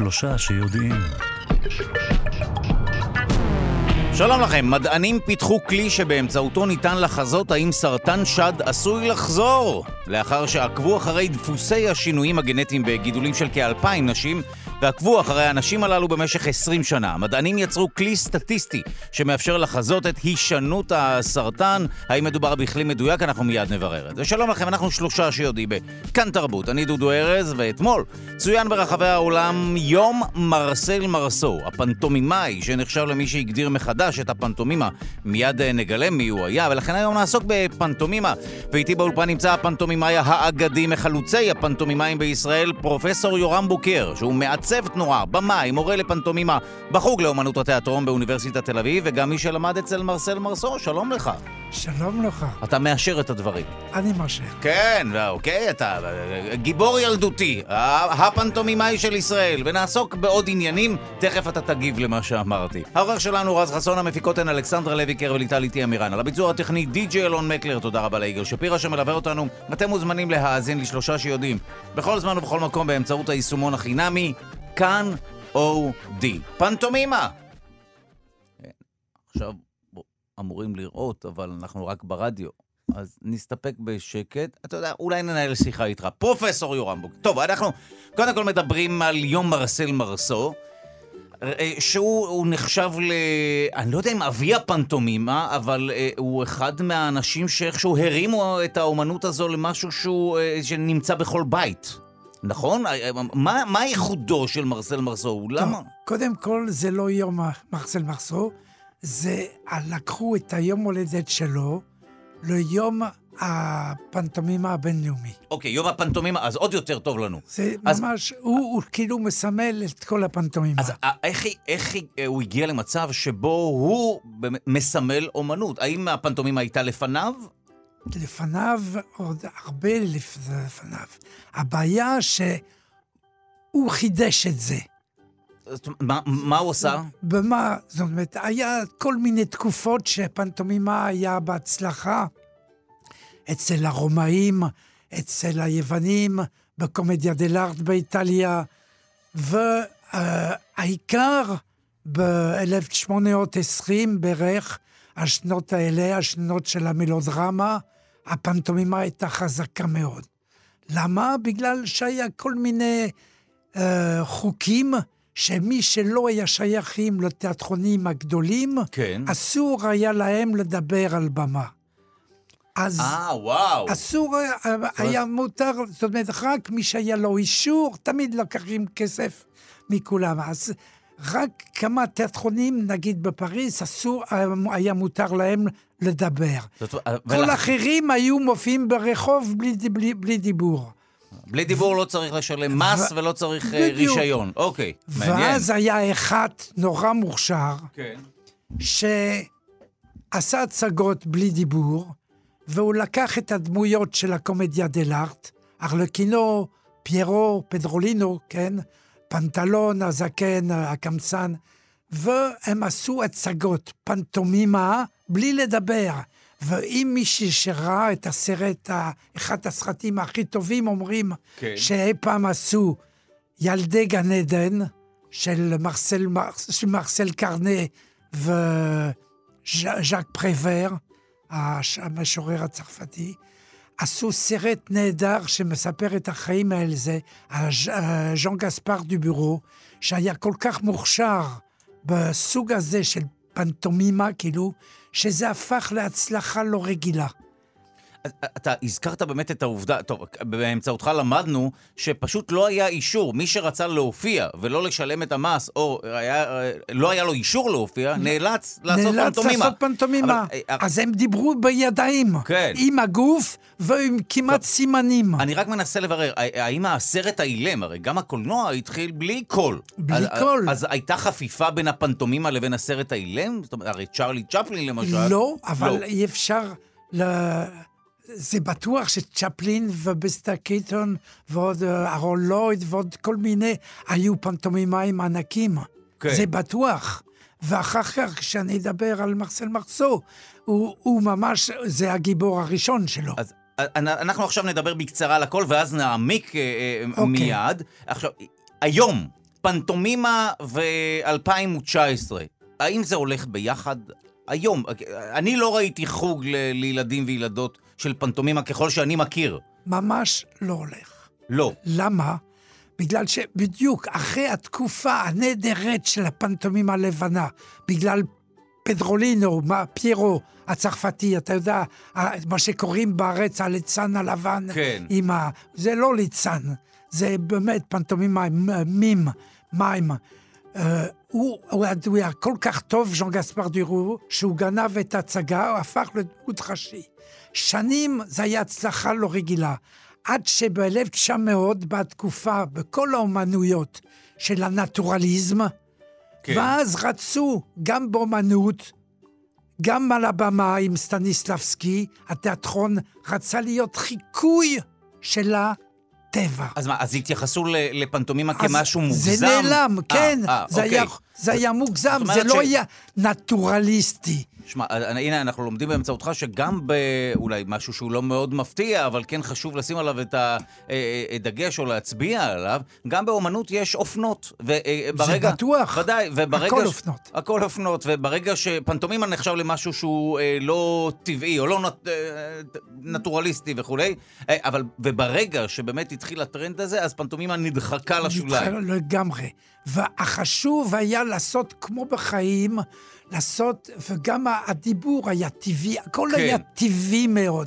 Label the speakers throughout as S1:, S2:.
S1: שלושה שיודעים.
S2: שלום לכם, מדענים פיתחו כלי שבאמצעותו ניתן לחזות האם סרטן שד עשוי לחזור. לאחר שעקבו אחרי דפוסי השינויים הגנטיים בגידולים של כ-2,000 נשים, ועקבו אחרי האנשים הללו במשך 20 שנה. המדענים יצרו כלי סטטיסטי שמאפשר לחזות את הישנות הסרטן. האם מדובר בכלי מדויק? אנחנו מיד נברר את זה. שלום לכם, אנחנו שלושה שיודעים בכאן תרבות. אני דודו ארז, ואתמול צוין ברחבי העולם יום מרסל מרסו, הפנטומימאי שנחשב למי שהגדיר מחדש את הפנטומימה. מיד נגלם מי הוא היה, ולכן היום נעסוק בפנטומימה. ואיתי באולפן נמצא הפנטומימאי האגדי מחלוצי הפנטומימאים בישראל, פרופסור יורם בוקר, שהוא מעצב תנועה, במאי, מורה לפנטומימה בחוג לאומנות התיאטרון באוניברסיטת תל אביב, וגם מי שלמד אצל מרסל מרסו. שלום לך.
S3: שלום לך.
S2: אתה מאשר את הדברים.
S3: אני מאשר.
S2: כן, אוקיי, אתה גיבור ילדותי, הפנטומימאי של ישראל, ונעסוק בעוד עניינים. תכף אתה תגיב למה שאמרתי. העורך שלנו רז חסון, המפיקות הן אלכסנדרה לויקר וליטל איתי אמירן. על הביצוע הטכני די.ג'יי אלון מקלר. תודה רבה ליגאל שפירא שמלווה אותנו. אתם מוזמנים להאזין לשלושה שיודעים בכל זמן ובכל מקום באמצעות היישומון החינמי כאן אודי. פנטומימה. עכשיו אמורים לראות, אבל אנחנו רק ברדיו, אז נסתפק בשקט. אתה יודע, אולי ננהל שיחה איתך. פרופסור יורם בוקר. טוב, אנחנו קודם כל מדברים על יום מרסל מרסו, שהוא נחשב אני לא יודע אם אבי הפנטומימה, אבל הוא אחד מהאנשים שאיכשהו הרימו את האומנות הזו למשהו שנמצא בכל בית. נכון? מה ייחודו של מרסל מרסו? למה?
S3: קודם כל, זה לא יום מרסל מרסו, זה לקחו את היום הולדת שלו ליום הפנטומימה הבינלאומי.
S2: אוקיי, יום הפנטומימה, אז עוד יותר טוב לנו.
S3: זה ממש, הוא כאילו מסמל את כל הפנטומימה.
S2: אז איך הוא הגיע למצב שבו הוא מסמל אומנות? האם הפנטומימה הייתה לפניו?
S3: לפניו, עוד הרבה לפניו. הבעיה שהוא חידש את זה.
S2: מה הוא עושה?
S3: במה? זאת אומרת, היה כל מיני תקופות שפנטומימה היה בהצלחה. אצל הרומאים, אצל היוונים, בקומדיה דלארט באיטליה, והעיקר ב-1820 בערך, השנות האלה, השנות של המלודרמה, הפנטומימה הייתה חזקה מאוד. למה? בגלל שהיה כל מיני חוקים שמי שלא היה שייכים לתיאטרונים הגדולים, כן. אסור היה להם לדבר על במה. אז
S2: וואו.
S3: אסור היה מותר, זאת אומרת, רק מי שהיה לו אישור, תמיד לקחים כסף מכולם. אז רק כמה תיאטרונים, נגיד בפריז, אסור היה מותר להם לדבר. כל האחרים היו מופיעים ברחוב בלי דיבור.
S2: בלי דיבור לא צריך לשלם מס ולא צריך רישיון. אוקיי, מעניין.
S3: ואז היה אחד נורא מוכשר, שעשה הצגות בלי דיבור, והוא לקח את הדמויות של הקומדיה דלארט, ארלקינו, פיירו, פדרולינו, כן? פנטלון, הזקן, הקמצן, והם עשו הצגות פנטומימה בלי לדבר. ואם מישהו שראה את הסרט, אחד הסרטים הכי טובים, אומרים שאי פעם עשו ילדי גן עדן, של מרסל קרנה וז'אק פרוור, המשורר הצרפתי, עשו סרט נהדר שמספר את החיים האלה, זה ז'אן גספר דובורו, שהיה כל כך מוכשר בסוג הזה של פנטומימה, כאילו, שזה הפך להצלחה לא רגילה.
S2: אתה הזכרת באמת את העובדה, טוב, באמצעותך למדנו שפשוט לא היה אישור, מי שרצה להופיע ולא לשלם את המס, או לא היה לו אישור להופיע, נאלץ לעשות פנטומימה.
S3: נאלץ לעשות פנטומימה. אז הם דיברו בידיים, עם הגוף ועם כמעט סימנים.
S2: אני רק מנסה לברר, האם הסרט האילם, הרי גם הקולנוע התחיל בלי קול.
S3: בלי קול.
S2: אז הייתה חפיפה בין הפנטומימה לבין הסרט האילם? זאת אומרת, הרי צ'רלי צ'פלין למשל.
S3: לא, אבל אי אפשר זה בטוח שצ'פלין ובסטר קיטון ועוד ארון לויד ועוד כל מיני היו פנטומימאים ענקים. כן. זה בטוח. ואחר כך כשאני אדבר על מרסל מרסו, הוא ממש, זה הגיבור הראשון שלו.
S2: אז אנחנו עכשיו נדבר בקצרה על הכל ואז נעמיק מיד. עכשיו, היום פנטומימה ו-2019, האם זה הולך ביחד? היום, אני לא ראיתי חוג לילדים וילדות של פנטומימה ככל שאני מכיר.
S3: ממש לא הולך.
S2: לא.
S3: למה? בגלל שבדיוק אחרי התקופה הנהדרת של הפנטומימה הלבנה, בגלל פדרולינו, פיירו הצרפתי, אתה יודע, מה שקוראים בארץ הליצן הלבן,
S2: כן.
S3: זה לא ליצן, זה באמת פנטומימה מים. הוא היה כל כך טוב, ז'אן גספר דורו, שהוא גנב את הצגה, הוא הפך לדמות ראשי. שנים זה היה הצלחה לא רגילה, עד שב-1900, בתקופה, בכל האומנויות של הנטורליזם, כן. ואז רצו גם באומנות, גם על הבמה עם סטניסלבסקי, התיאטרון רצה להיות חיקוי של הטבע.
S2: אז מה, אז התייחסו לפנטומימה כמשהו מוגזם?
S3: זה נעלם, כן, זה היה מוגזם, זה לא היה נטורליסטי.
S2: שמע, הנה אנחנו לומדים באמצעותך שגם אולי משהו שהוא לא מאוד מפתיע, אבל כן חשוב לשים עליו את הדגש או להצביע עליו, גם באומנות יש אופנות.
S3: זה בטוח,
S2: ודאי,
S3: הכל אופנות.
S2: הכל אופנות, וברגע שפנטומימה נחשב למשהו שהוא לא טבעי או לא נטורליסטי וכולי, וברגע שבאמת התחיל הטרנד הזה, אז פנטומימה נדחקה לשוליים.
S3: לגמרי. והחשוב היה לעשות כמו בחיים, לעשות, וגם הדיבור היה טבעי, הכל כן. היה טבעי מאוד.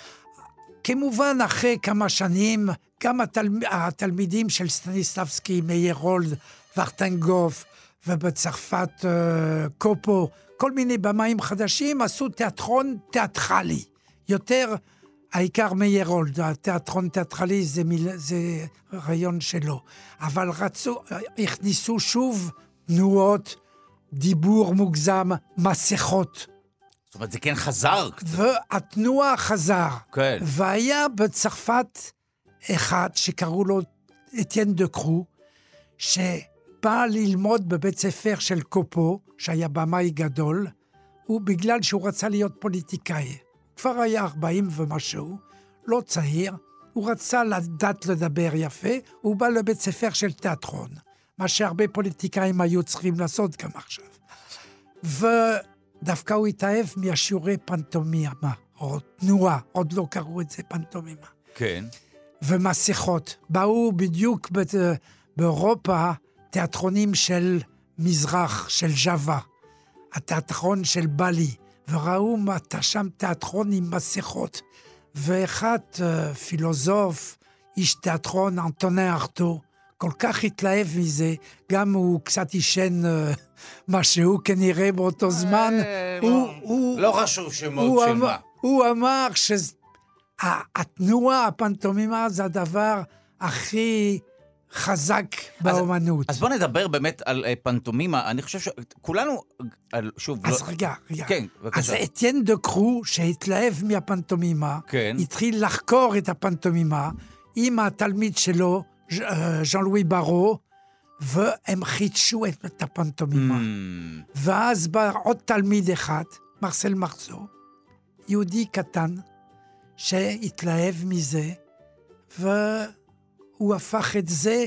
S3: כמובן, אחרי כמה שנים, גם התלמידים של סטניסלבסקי, מיירולד, ורטנגוף, ובצרפת קופו, כל מיני במאים חדשים, עשו תיאטרון תיאטרלי. יותר, העיקר מיירולד, התיאטרון תיאטרלי זה רעיון שלו. אבל הכניסו שוב תנועות, דיבור מוגזם, מסכות.
S2: זאת אומרת, זה כן חזר.
S3: והתנועה חזר.
S2: כן.
S3: והיה בצרפת אחד שקראו לו אתיין דה קרו, שבא ללמוד בבית ספר של קופו, שהיה במאי גדול, ובגלל שהוא רצה להיות פוליטיקאי. כבר היה 40 ומשהו, לא צעיר, הוא רצה לדעת לדבר יפה, הוא בא לבית ספר של תיאטרון. מה שהרבה פוליטיקאים היו צריכים לעשות גם עכשיו. ודווקא הוא התאהב מהשיעורי פנטומימה, או תנועה, עוד לא קראו את זה פנטומימה.
S2: כן.
S3: ומסכות. באו בדיוק באירופה תיאטרונים של מזרח, של ז'אווה, התיאטרון של בלי, וראו שם תיאטרון עם מסכות. ואחד פילוסוף, איש תיאטרון, אנטונין ארטו, כל כך התלהב מזה, גם הוא קצת ישן משהו כנראה באותו זמן.
S2: לא חשוב שמות של מה.
S3: הוא אמר שהתנועה, הפנטומימה, זה הדבר הכי חזק באומנות.
S2: אז בוא נדבר באמת על פנטומימה. אני חושב שכולנו, שוב...
S3: אז רגע.
S2: כן, בבקשה.
S3: אז אתיין דה קרו, שהתלהב מהפנטומימה, התחיל לחקור את הפנטומימה, עם התלמיד שלו, ז'אן לואי ברו, והם חידשו את הפנטומימה. ואז בא עוד תלמיד אחד, מרסל מרזו, יהודי קטן, שהתלהב מזה, והוא הפך את זה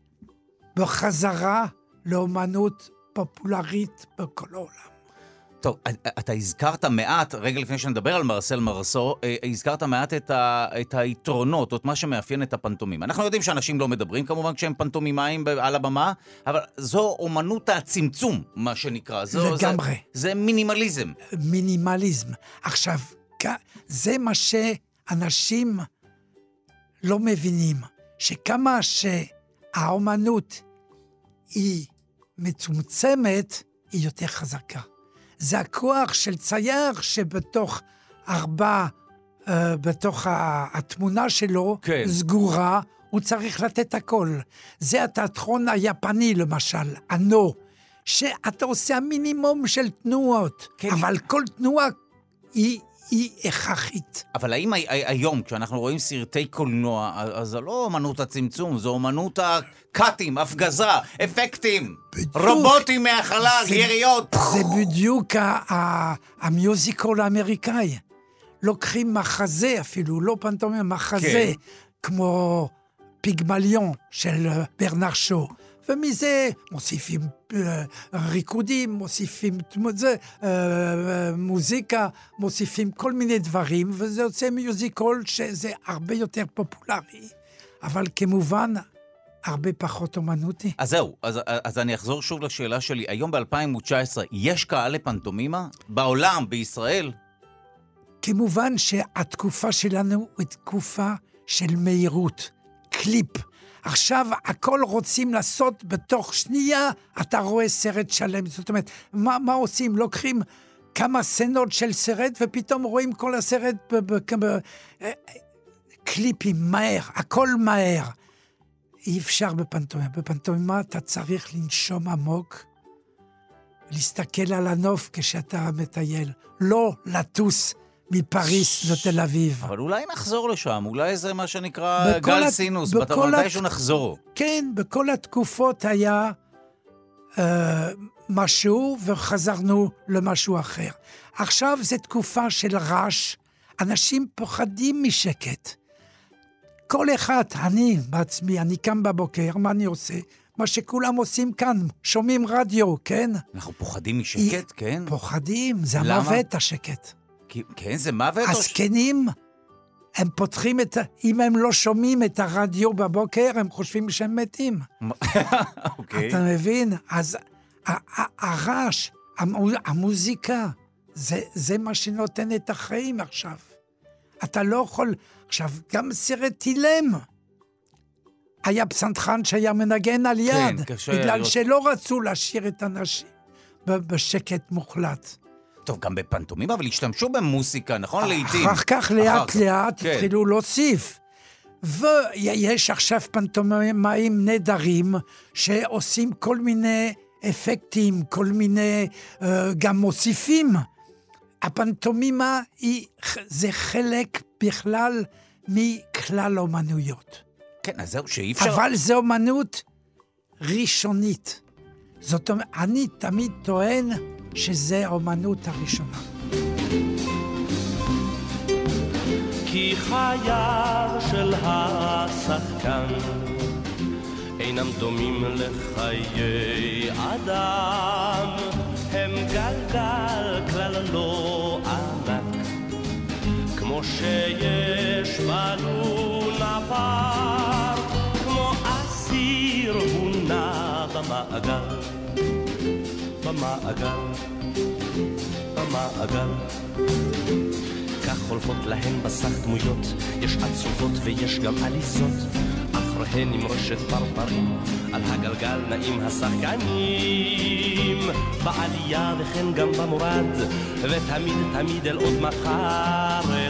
S3: בחזרה לאומנות פופולרית בכל העולם.
S2: טוב, אתה הזכרת מעט, רגע לפני שנדבר על מרסל מרזו, הזכרת מעט את היתרונות, או את מה שמאפיין את הפנטומימה. אנחנו יודעים שאנשים לא מדברים, כמובן, כשהם פנטומימאים על הבמה, אבל זו אומנות הצמצום, מה שנקרא.
S3: לגמרי.
S2: זה מינימליזם.
S3: מינימליזם. עכשיו, זה מה שאנשים לא מבינים, שכמה שהאומנות היא מצומצמת, היא יותר חזקה. זה הכוח של צייר שבתוך בתוך התמונה שלו, כן. סגורה, הוא צריך לתת הכל. זה התיאטרון היפני למשל, אנו, שאתה עושה המינימום של תנועות, כן. אבל כל תנועה היא הכרחית.
S2: אבל האם היום, כשאנחנו רואים סרטי קולנוע, אז זה לא אומנות הצמצום, זו אומנות הקאטים, הפגזה, אפקטים, בדיוק, רובוטים מהחלל, יריות.
S3: זה בדיוק המיוזיקול האמריקאי. לוקחים מחזה אפילו, לא פנטומימה, מחזה, כן. כמו פיגמליון של ברנר שו, ומזה מוסיפים ריקודים, מוסיפים מוזיקה, מוסיפים כל מיני דברים, וזה יוצא מיוזיקול שזה הרבה יותר פופולרי, אבל כמובן הרבה פחות אומנותי.
S2: אז זהו, אז אני אחזור שוב לשאלה שלי. היום ב-2019 יש קהל לפנטומימה? בעולם, בישראל?
S3: כמובן שהתקופה שלנו היא תקופה של מהירות, קליפ. עכשיו הכל רוצים לעשות בתוך שנייה, אתה רואה סרט שלם. זאת אומרת, מה עושים? לוקחים כמה סצנות של סרט, ופתאום רואים כל הסרט קליפים, מהר, הכל מהר. אי אפשר בפנטומימה. בפנטומימה אתה צריך לנשום עמוק, להסתכל על הנוף כשאתה מטייל, לא לטוס מפריס לתל אביב.
S2: אבל אולי נחזור לשם, אולי זה מה שנקרא גל סינוס, מתישהו נחזור.
S3: כן, בכל התקופות היה משהו וחזרנו למשהו אחר. עכשיו זו תקופה של רעש, אנשים פוחדים משקט. כל אחד, אני בעצמי, אני קם בבוקר, מה אני עושה? מה שכולם עושים כאן, שומעים רדיו, כן?
S2: אנחנו פוחדים משקט, כן?
S3: פוחדים, זה המוות השקט.
S2: כן, זה מוות?
S3: הזקנים, הם פותחים אם הם לא שומעים את הרדיו בבוקר, הם חושבים שהם מתים.
S2: אוקיי.
S3: אתה מבין? אז הרעש, המוזיקה, זה מה שנותן את החיים עכשיו. אתה לא יכול... עכשיו, גם סרט תילם. היה פסנתרן שהיה מנגן על יד, בגלל שלא רצו להשאיר את האנשים בשקט מוחלט.
S2: טוב, גם בפנטומימה, אבל השתמשו במוסיקה, נכון? לעתים.
S3: אחר כך לאט לאט התחילו להוסיף. ויש עכשיו פנטומימאים נהדרים, שעושים כל מיני אפקטים, כל מיני, גם מוסיפים. הפנטומימה זה חלק בכלל מכלל אומנויות.
S2: כן, אז זהו שאי אפשר...
S3: אבל זו אומנות ראשונית. זאת אומרת, אני תמיד טוען שזה האומנות הראשונה.
S1: כי חייו של השחקן אינם דומים לחיי אדם, הם גלגל כלל לא ענק, כמו שיש בנו נפר, כמו אסיר הוא נע במעגל, במעגל, במעגל. כך חולפות להן בסך דמויות, יש עצובות ויש גם עליזות, אחריהן נמרשת פרפרים, על הגלגל נעים השחקנים, בעלייה וכן גם במורד, ותמיד תמיד אל עוד מחר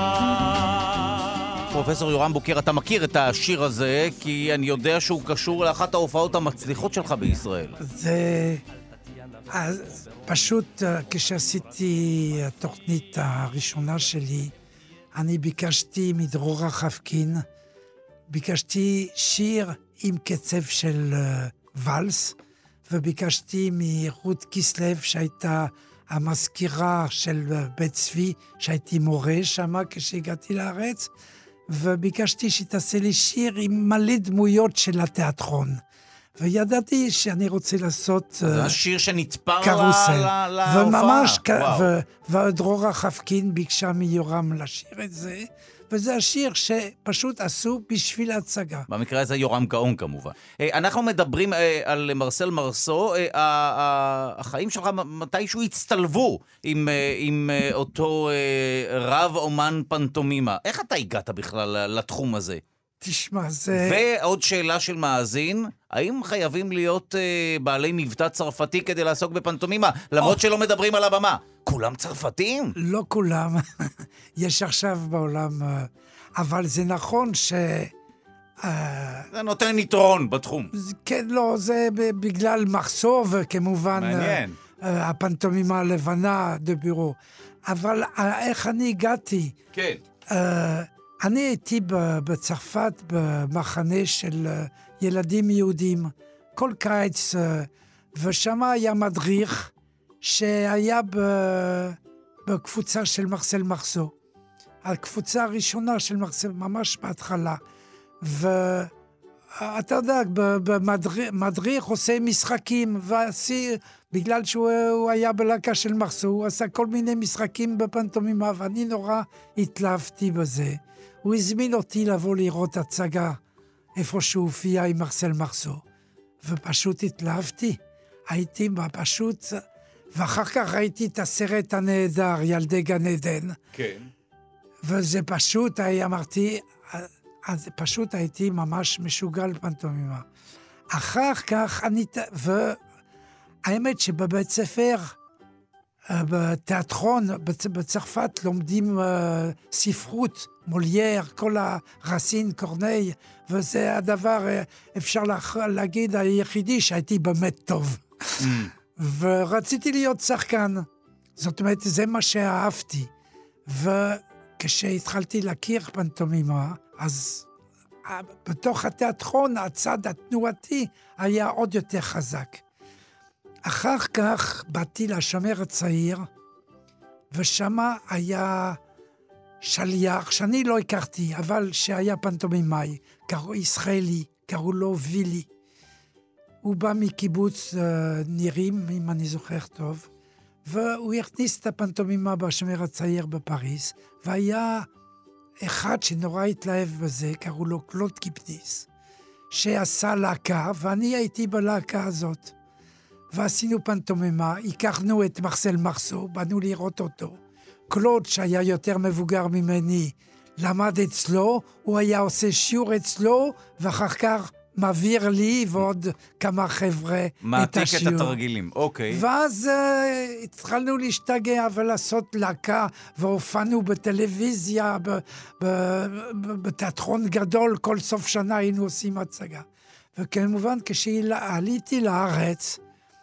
S1: אחד.
S2: פרופסור יורם בוקר, אתה מכיר את השיר הזה, כי אני יודע שהוא קשור לאחת ההופעות המצליחות שלך בישראל.
S3: זה... אז פשוט כשעשיתי התוכנית הראשונה שלי, אני ביקשתי מדרורה חבקין, ביקשתי שיר עם קצב של ולס, וביקשתי מרות כסלב שהייתה המזכירה של בית צבי, שהייתי מורה שמה כשהגעתי לארץ, וביקשתי שתעשה לי שיר עם מלא דמויות של התיאטרון. וידעתי שאני רוצה לעשות
S2: זה השיר שנתפר
S3: להופעה. וממש, ודרורה חבקין ביקשה מיורם לשיר את זה, וזה השיר שפשוט עשו בשביל ההצגה.
S2: במקרה הזה יורם גאון כמובן. אנחנו מדברים על מרסל מרסו, החיים שלך מתישהו הצטלבו עם אותו רב אומן פנטומימה. איך אתה הגעת בכלל לתחום הזה?
S3: תשמע, זה...
S2: ועוד שאלה של מאזין, האם חייבים להיות בעלי מבטא צרפתי כדי לעסוק בפנטומימה, למרות שלא מדברים על הבמה? כולם צרפתים?
S3: לא כולם. יש עכשיו בעולם... אבל זה נכון ש...
S2: זה נותן יתרון בתחום.
S3: כן, לא, זה בגלל מחסור, וכמובן...
S2: מעניין.
S3: הפנטומימה הלבנה דה בירו. אבל איך אני הגעתי?
S2: כן.
S3: אני הייתי בצרפת במחנה של ילדים יהודים, כל קיץ, ושם היה מדריך שהיה בקבוצה של מרסל מרסו. הקבוצה הראשונה של מרסל, ממש בהתחלה. אתה יודע, במדריך עושה משחקים, בגלל שהוא היה בלהקה של מרסו, הוא עשה כל מיני משחקים בפנטומימה, ואני נורא התלהבתי בזה. הוא הזמין אותי לבוא לראות הצגה, איפה שהוא הופיע עם מרסל מרסו, ופשוט התלהבתי. הייתי פשוט, ואחר כך ראיתי את הסרט הנהדר, ילדי גן עדן. כן. וזה פשוט, אמרתי, אז פשוט הייתי ממש משוגע פנטומימה. אחר כך והאמת שבבית ספר, בתיאטרון, בצרפת לומדים ספרות, מולייר, כל הרסין, קורני, וזה הדבר, אפשר להגיד, היחידי שהייתי באמת טוב. ורציתי להיות שחקן. זאת אומרת, זה מה שאהבתי. וכשהתחלתי להכיר פנטומימה, אז בתוך התיאטרון, הצד התנועתי היה עוד יותר חזק. אחר כך באתי לשומר הצעיר, ושמה היה שליח, שאני לא הכרתי, אבל שהיה פנטומימאי, ישראלי, קראו לו וילי. הוא בא מקיבוץ נירים, אם אני זוכר טוב, והוא הכניס את הפנטומימה בשומר הצעיר בפריז, והיה אחד שנורא התלהב בזה, קראו לו קלוד קיפניס, שעשה להקה, ואני הייתי בלהקה הזאת. ועשינו פנטומימה, הכרנו את מרסל מרסו, באנו לראות אותו. קלוד, שהיה יותר מבוגר ממני, למד אצלו, הוא היה עושה שיעור אצלו, ואחר כך מעביר לי ועוד כמה חבר'ה את השיעור.
S2: מעתיק את התרגילים, אוקיי.
S3: ואז התחלנו להשתגע ולעשות להקה, והופענו בטלוויזיה, בתיאטרון גדול, כל סוף שנה היינו עושים הצגה. וכמובן, כשעליתי לארץ,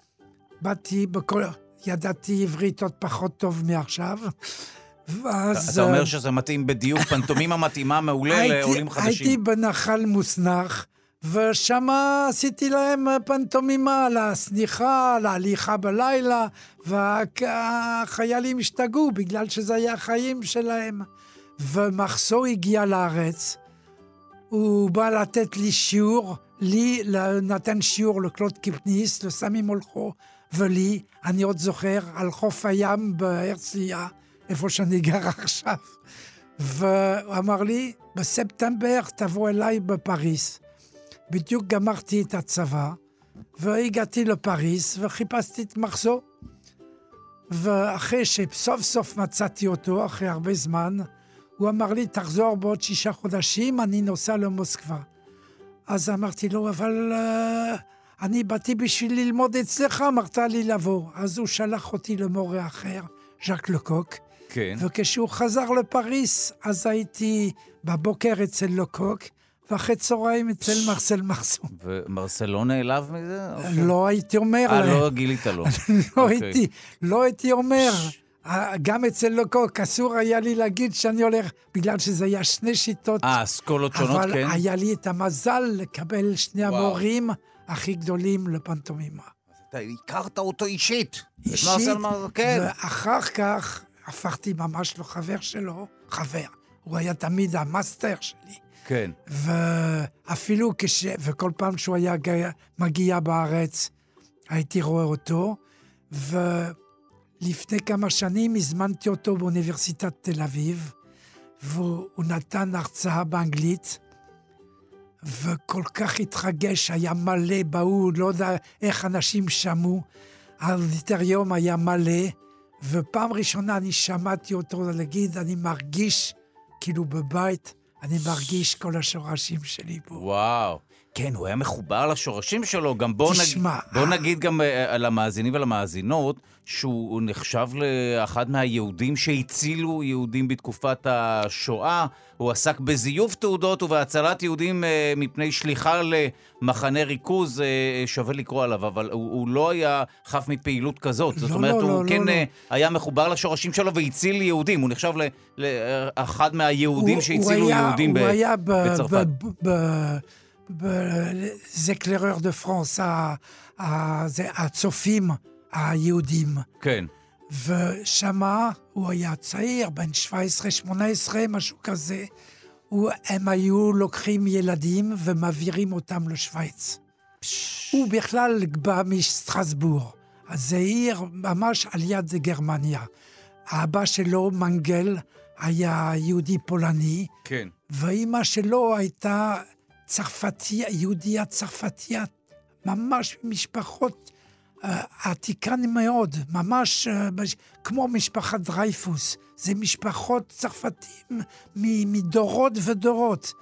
S3: ידעתי עברית עוד פחות טוב מעכשיו,
S2: אתה אומר שזה מתאים בדיוק, פנטומימה מתאימה מעולה לעולים חדשים.
S3: הייתי בנחל מוסנח, ושם עשיתי להם פנטומימה לסניחה, להליכה בלילה, והחיילים השתגעו בגלל שזה היה החיים שלהם. ומחסו הגיע לארץ, הוא בא לתת לי שיעור, לי נתן שיעור לקלוד קיפניס, לסמי מולכו, ולי, אני עוד זוכר, על חוף הים בהרצליה, איפה שאני גר עכשיו. והוא אמר לי, בספטמבר תבוא אליי בפריס. בדיוק גמרתי את הצבא, והגעתי לפריס, וחיפשתי את מחזו. ואחרי שסוף סוף מצאתי אותו, אחרי הרבה זמן, הוא אמר לי, תחזור בעוד 6 חודשים, אני נוסע למוסקבה. אז אמרתי לו, אבל אני באתי בשביל ללמוד אצלך, אמרת לי לבוא. אז הוא שלח אותי למורה אחר, ז'אק לקוק.
S2: כן.
S3: וכשהוא חזר לפריס, אז הייתי בבוקר אצל לקוק, ואחרי צהריים אצל מרסל מרסו.
S2: ומרסל לא נעלב מזה?
S3: לא הייתי אומר להם.
S2: לא גילית לו.
S3: לא הייתי אומר. גם אצל לקוק, אסור היה לי להגיד שאני הולך, בגלל שזה היה 2 שיטות.
S2: אסכולות שונות, כן.
S3: אבל היה לי את המזל לקבל 2 המורים הכי גדולים לפנטומימה.
S2: אתה הכרת אותו אישית.
S3: אישית, ואחר כך הפכתי ממש לחבר שלו, חבר. הוא היה תמיד המאסטר שלי.
S2: כן.
S3: ואפילו וכל פעם שהוא היה מגיע בארץ, הייתי רואה אותו, ולפני כמה שנים הזמנתי אותו באוניברסיטת תל אביב, והוא נתן הרצאה באנגלית, וכל כך התרגש, היה מלא באול, לא יודע איך אנשים שמעו, האודיטוריום היה מלא, ופעם ראשונה אני שמעתי אותו להגיד, אני מרגיש כאילו בבית, אני מרגיש כל השורשים שלי פה.
S2: וואו. כן, הוא היה מחובר לשורשים שלו. גם בוא נגיד גם על המאזינים ועל המאזינות, שהוא נחשב לאחד מהיהודים שהצילו יהודים בתקופת השואה. הוא עסק בזיוף תעודות ובהצלת יהודים מפני שליחה למחנה ריכוז, שווה לקרוא עליו, אבל הוא לא היה חף מפעילות כזאת. זאת אומרת, הוא כן היה מחובר לשורשים שלו והציל יהודים. הוא נחשב לאחד מהיהודים שהצילו יהודים בצרפת.
S3: זה קלרר דה פרנס, הצופים היהודים.
S2: כן.
S3: ושמה הוא היה צעיר, בן 17-18, משהו כזה. הם היו לוקחים ילדים ומעבירים אותם לשוויץ. הוא בכלל בא משטרסבורג, אז זה עיר ממש על יד גרמניה. האבא שלו, מנגל, היה יהודי פולני,
S2: כן.
S3: ואמא שלו הייתה צרפתיה, יהודיה צרפתיה, ממש משפחות עתיקה מאוד, ממש כמו משפחת דרייפוס. זה משפחות צרפתים מדורות ודורות.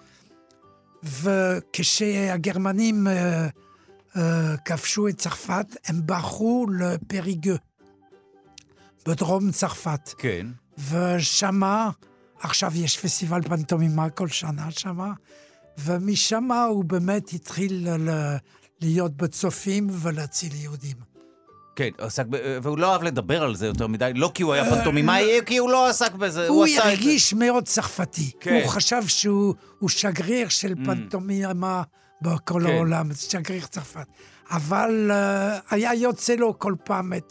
S3: וכשהגרמנים כבשו את צרפת, הם בחרו לפריגו, בדרום צרפת.
S2: כן.
S3: ושמה, עכשיו יש פסטיבל פנטומימה כל שנה שמה, ומשמה הוא באמת התחיל להיות בצופים ולהציל יהודים.
S2: כן, והוא לא אהב לדבר על זה יותר מדי, לא כי הוא היה פנטומימאי, כי הוא לא עסק בזה, הוא עשה את זה.
S3: הוא הרגיש מאוד צרפתי.
S2: כן.
S3: הוא חשב שהוא שגריר של פנטומימה בכל העולם, שגריר צרפת. אבל היה יוצא לו כל פעם את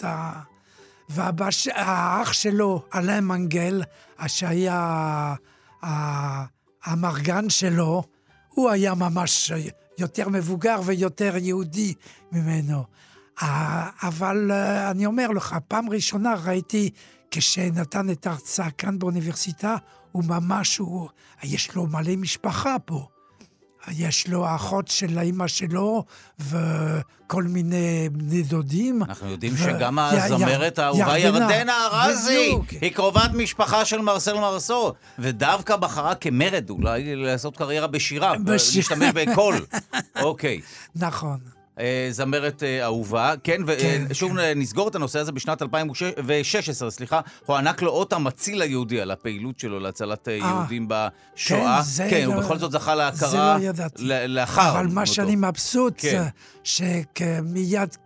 S3: והאח שלו, אלן מנגל, שהיה המרגן שלו, הוא היה ממש יותר מבוגר ויותר יהודי ממנו. אבל אני אומר לך, פעם ראשונה ראיתי, כשנתן את ההרצאה כאן באוניברסיטה, הוא ממש, יש לו מלא משפחה פה. יש לו האחות של האמא שלו, וכל מיני בני דודים.
S2: אנחנו יודעים שגם הזמרת האהובה ירדנה ארזי, היא קרובת משפחה של מרסל מרסו, ודווקא בחרה כמרד אולי לעשות קריירה בשירה, להשתמש בקול. אוקיי.
S3: נכון.
S2: זמרת אהובה, כן, ושוב נסגור את הנושא הזה בשנת 2016, סליחה, הוענק לו אות המציל היהודי על הפעילות שלו להצלת יהודים בשואה. כן, ובכל זאת זכה להכרה לאחר.
S3: אבל מה שאני מבסוט, שמיד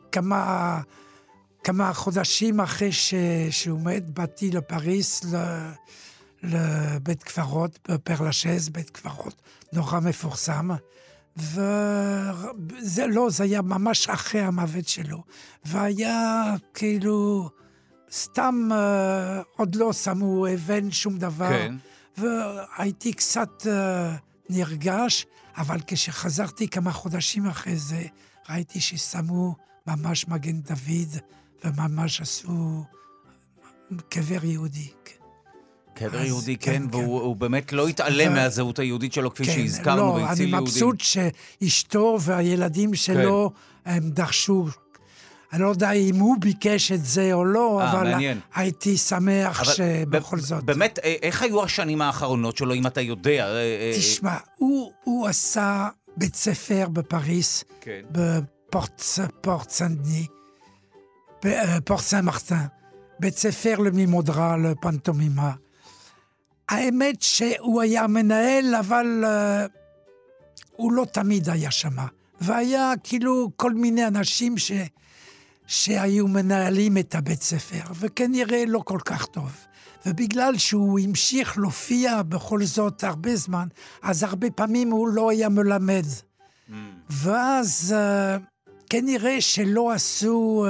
S3: כמה חודשים אחרי שהוא מת, באתי לפריס, לבית קברות, בפרלשז, בית קברות, נורא מפורסם, וזה לא, זה היה ממש אחרי המוות שלו. והיה כאילו, סתם עוד לא שמו אבן שום דבר. כן. והייתי קצת נרגש, אבל כשחזרתי כמה חודשים אחרי זה, ראיתי ששמו ממש מגן דוד, וממש עשו קבר יהודי.
S2: קבר יהודי, כן, והוא באמת לא התעלם מהזהות היהודית שלו, כפי שהזכרנו, והציל יהודים.
S3: אני מבסוט שאשתו והילדים שלו הם דרשו. אני לא יודע אם הוא ביקש את זה או לא, אבל הייתי שמח שבכל זאת. באמת,
S2: איך היו השנים האחרונות שלו, אם אתה יודע?
S3: תשמע, הוא עשה בית ספר בפריס, בפורט סן-דני, פורט סן-מרטין, בית ספר למימודרה, לפנטומימה. האמת שהוא היה מנהל, אבל הוא לא תמיד היה שמה. והיה כאילו כל מיני אנשים שהיו מנהלים את הבית ספר, וכנראה לא כל כך טוב. ובגלל שהוא המשיך להופיע בכל זאת הרבה זמן, אז הרבה פעמים הוא לא היה מלמד. ואז כנראה שלא עשו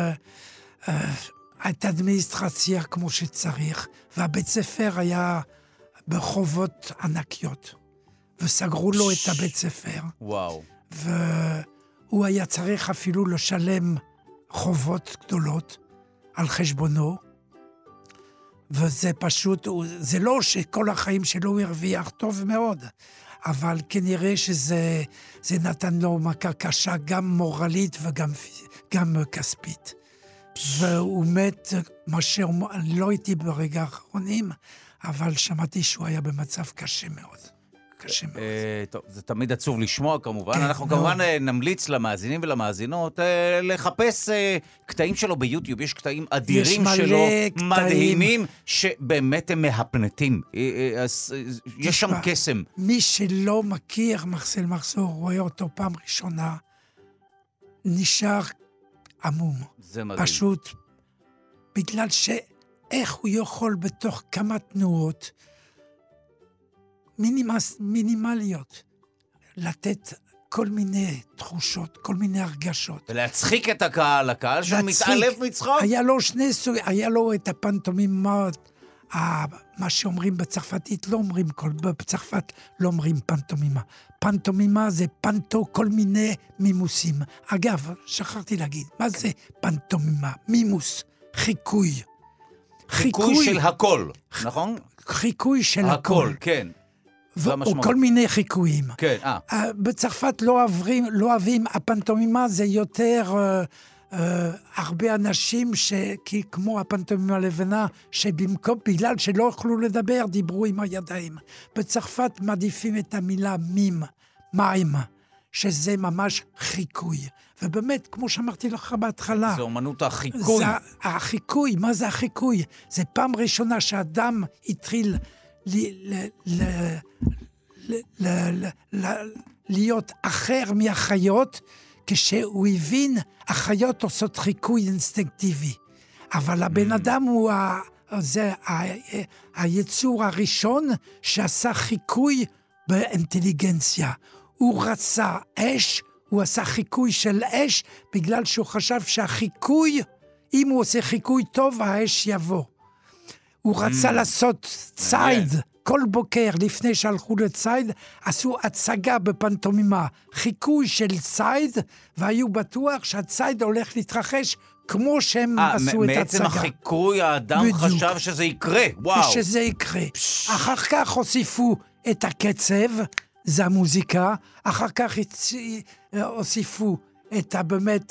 S3: את האדמיניסטרציה כמו שצריך, והבית ספר היה בחובות ענקיות, וסגרו לו את הבית ספר.
S2: וואו.
S3: והוא היה צריך אפילו לשלם חובות גדולות על חשבונו, וזה פשוט, זה לא שכל החיים שלו הוא הרוויח טוב מאוד, אבל כנראה שזה נתן לו מכה קשה, גם מורלית וגם כספית. והוא מת, אני לא הייתי ברגע האחרונים, אבל שמעתי שהוא היה במצב קשה מאוד. קשה מאוד.
S2: טוב, זה תמיד עצוב לשמוע כמובן. אנחנו כמובן נמליץ למאזינים ולמאזינות לחפש קטעים שלו ביוטיוב. יש קטעים אדירים שלו, מדהימים, שבאמת הם מהפנטים. יש שם קסם.
S3: מי שלא מכיר מרסל מרסו, רואה אותו פעם ראשונה, נשאר עמום.
S2: זה מדהים.
S3: פשוט בגלל שאיך הוא יכול בתוך כמה תנועות מינימליות לתת כל מיני תחושות, כל מיני הרגשות.
S2: ולהצחיק את הקהל, הקהל שהוא מתעלף מצחוק.
S3: היה לו שני סוגים, היה לו את הפנטומימה מה שאומרים בצרפתית, לא אומרים בצרפת לא אומרים פנטומימה. פנטומימה זה פנטו כל מיני מימוסים. אגב, שכחתי להגיד, מה זה פנטומימה? מימוס, חיקוי.
S2: חיקוי של הכל, נכון?
S3: חיקוי של
S2: הכל, כן.
S3: או כל מיני חיקויים.
S2: כן,
S3: בצרפת לא אוהבים, הפנטומימה זה יותר הרבה אנשים כמו הפנטומימה הלבנה, שבמקום, בגלל שלא יכלו לדבר, דיברו עם הידיים. בצרפת מעדיפים את המילה מים, שזה ממש חיקוי. ובאמת, כמו שאמרתי לך בהתחלה,
S2: זה אומנות החיקוי.
S3: החיקוי, מה זה החיקוי? זה פעם ראשונה שאדם התחיל להיות אחר מהחיות, כשהוא הבין, החיות עושות חיקוי אינסטינקטיבי. אבל הבן אדם הוא זה היצור הראשון שעשה חיקוי באינטליגנציה. הוא רצה אש, הוא עשה חיקוי של אש, בגלל שהוא חשב שהחיקוי, אם הוא עושה חיקוי טוב, האש יבוא. הוא רצה לעשות ציד. כל בוקר לפני שהלכו לציד, עשו הצגה בפנטומימה, חיקוי של ציד, והיו בטוח שהציד הולך להתרחש כמו שהם עשו את הצגה.
S2: מעצם החיקוי האדם בדיוק. חשב שזה יקרה, וואו.
S3: שזה יקרה. אחר כך הוסיפו את הקצב, זה המוזיקה, אחר כך הוסיפו באמת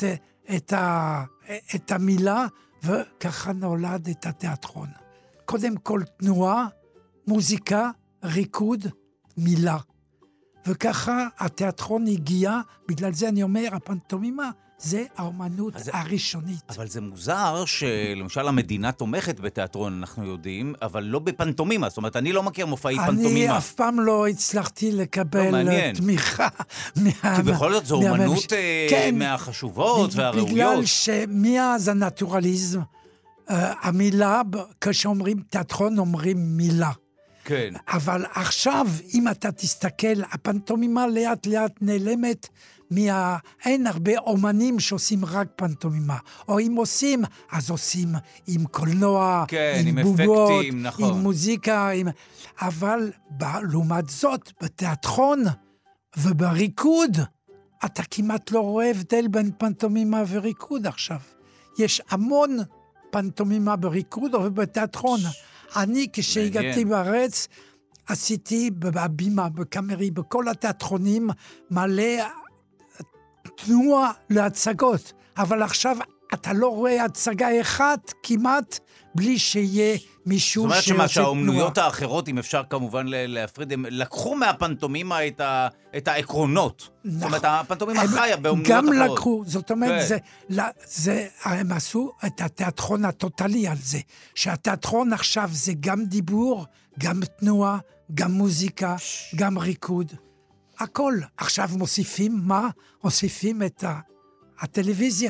S3: את המילה, וככה נולד את התיאטרון. קודם כל תנועה, מוזיקה, ריקוד, מילה. וככה התיאטרון הגיע, בגלל זה אני אומר, הפנטומימה זה האומנות הראשונית.
S2: אבל זה מוזר שלמשל המדינה תומכת בתיאטרון, אנחנו יודעים, אבל לא בפנטומימה. זאת אומרת, אני לא מכיר מופעי פנטומימה.
S3: אני אף פעם לא הצלחתי לקבל תמיכה.
S2: כי בכל זאת זו אומנות מהחשובות והראויות.
S3: בגלל שמאז הנטורליזם, המילה, כשאומרים תיאטרון, אומרים מילה.
S2: כן.
S3: אבל עכשיו, אם אתה תסתכל, הפנטומימה לאט לאט נעלמת אין הרבה אומנים שעושים רק פנטומימה. או אם עושים, אז עושים עם קולנוע,
S2: כן, עם
S3: בובות,
S2: אפקטים, נכון.
S3: עם מוזיקה, אבל לעומת זאת, בתיאטרון ובריקוד, אתה כמעט לא רואה הבדל בין פנטומימה וריקוד עכשיו. יש המון פנטומימה בריקוד או בתיאטרון. אני, כשהגעתי בארץ, עשיתי בבימה, בקאמרי, בכל התיאטרונים, מלא תנועה להצגות. אבל עכשיו אתה לא רואה הצגה אחת כמעט, בלי שיהיה מישהו שעושה תנועה.
S2: זאת אומרת שהאומנויות האחרות, אם אפשר כמובן להפריד, הם לקחו מהפנטומימה את העקרונות. זאת אומרת, הפנטומימה חיה באומנויות אחרות.
S3: גם לקחו, זאת אומרת, הם עשו את התיאטרון הטוטלי על זה, שהתיאטרון עכשיו זה גם דיבור, גם תנועה, גם מוזיקה, גם ריקוד. הכל. עכשיו מוסיפים מה? מוסיפים את הטלוויזיה,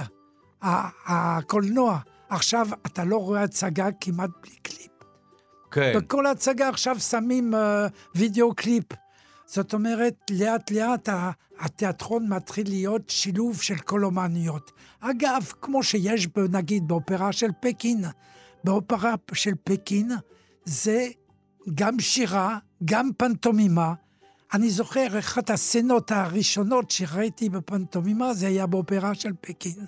S3: הקולנוע. עכשיו אתה לא רואה הצגה כמעט בלי קליפ.
S2: כן.
S3: בכל הצגה עכשיו שמים וידאו קליפ. זאת אומרת, לאט לאט התיאטרון מתחיל להיות שילוב של כל אומנויות. אגב, כמו שיש נגיד באופרה של פקין. באופרה של פקין זה גם שירה, גם פנטומימה. אני זוכר, אחת הסצנות הראשונות שראיתי בפנטומימה, זה היה באופרה של פקין.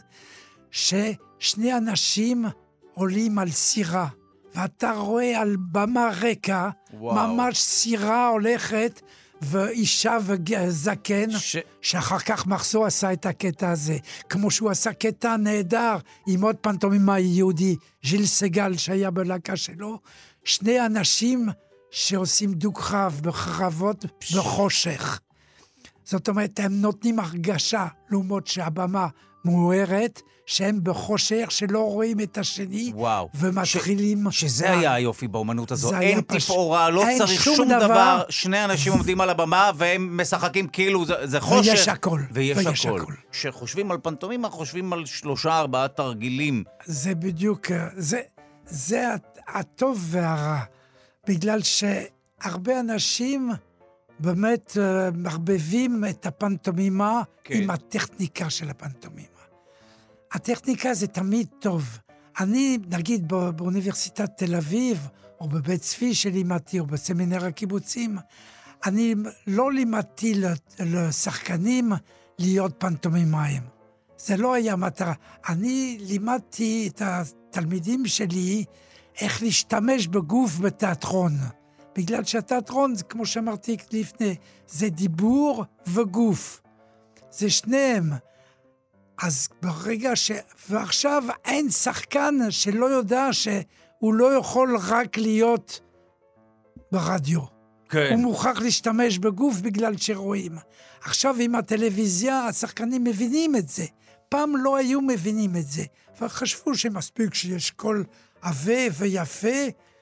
S3: ששני אנשים עולים על סירה, ואתה רואה על במה רקע, ממש סירה הולכת, ואישה וזקן, שאחר כך מחזור עשה את הקטע הזה. כמו שהוא עשה קטע נהדר, עם עוד פנטומימה יהודי, ז'יל סגל שהיה בלהקה שלו, שני אנשים שעושים דו-קרב בחרבות בחושך. זאת אומרת, הם נותנים הרגשה, לעומת שהבמה מוארת, שהם בחושך, שלא רואים את השני, ומתחילים...
S2: שזה היה היופי באומנות הזו. אין תפאורה, לא צריך שום דבר, שני אנשים עומדים על הבמה, והם משחקים כאילו זה חושך.
S3: ויש הכל.
S2: ויש הכל. כשחושבים על פנטומימה, חושבים על 3-4 תרגילים.
S3: זה בדיוק, זה הטוב והרע. בגלל שהרבה אנשים באמת מערבבים את הפנטומימה עם הטכניקה של הפנטומימה. הטכניקה זה תמיד טוב, אני, נגיד, באוניברסיטת תל אביב, או בבית צבי שלימדתי, או בסמינר הקיבוצים, אני לא לימדתי לשחקנים להיות פנטומימאים. זה לא היה מטרה. אני לימדתי את התלמידים שלי איך להשתמש בגוף בתיאטרון. בגלל שהתיאטרון, כמו שאמרתי לפני, זה דיבור וגוף. זה שניהם. אז ברגע ועכשיו אין שחקן שלא יודע שהוא לא יכול רק להיות ברדיו.
S2: כן.
S3: הוא מוכרח להשתמש בגוף בגלל שרואים. עכשיו עם הטלוויזיה, השחקנים מבינים את זה. פעם לא היו מבינים את זה. וחשבו שמספיק שיש קול עבה ויפה.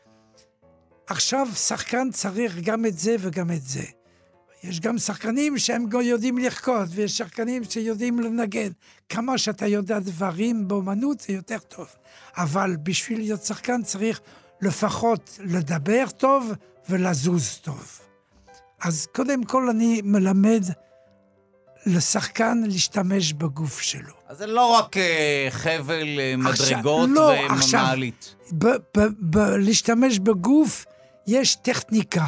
S3: עכשיו שחקן צריך גם את זה וגם את זה. יש גם שחקנים שהם יודעים לרקוד, ויש שחקנים שיודעים לנגן. כמה שאתה יודע דברים באמנות זה יותר טוב. אבל בשביל להיות שחקן צריך לפחות לדבר טוב ולזוז טוב. אז קודם כל אני מלמד לשחקן להשתמש בגוף שלו.
S2: אז זה לא רק חבל מדרגות ומעלית.
S3: להשתמש בגוף יש טכניקה.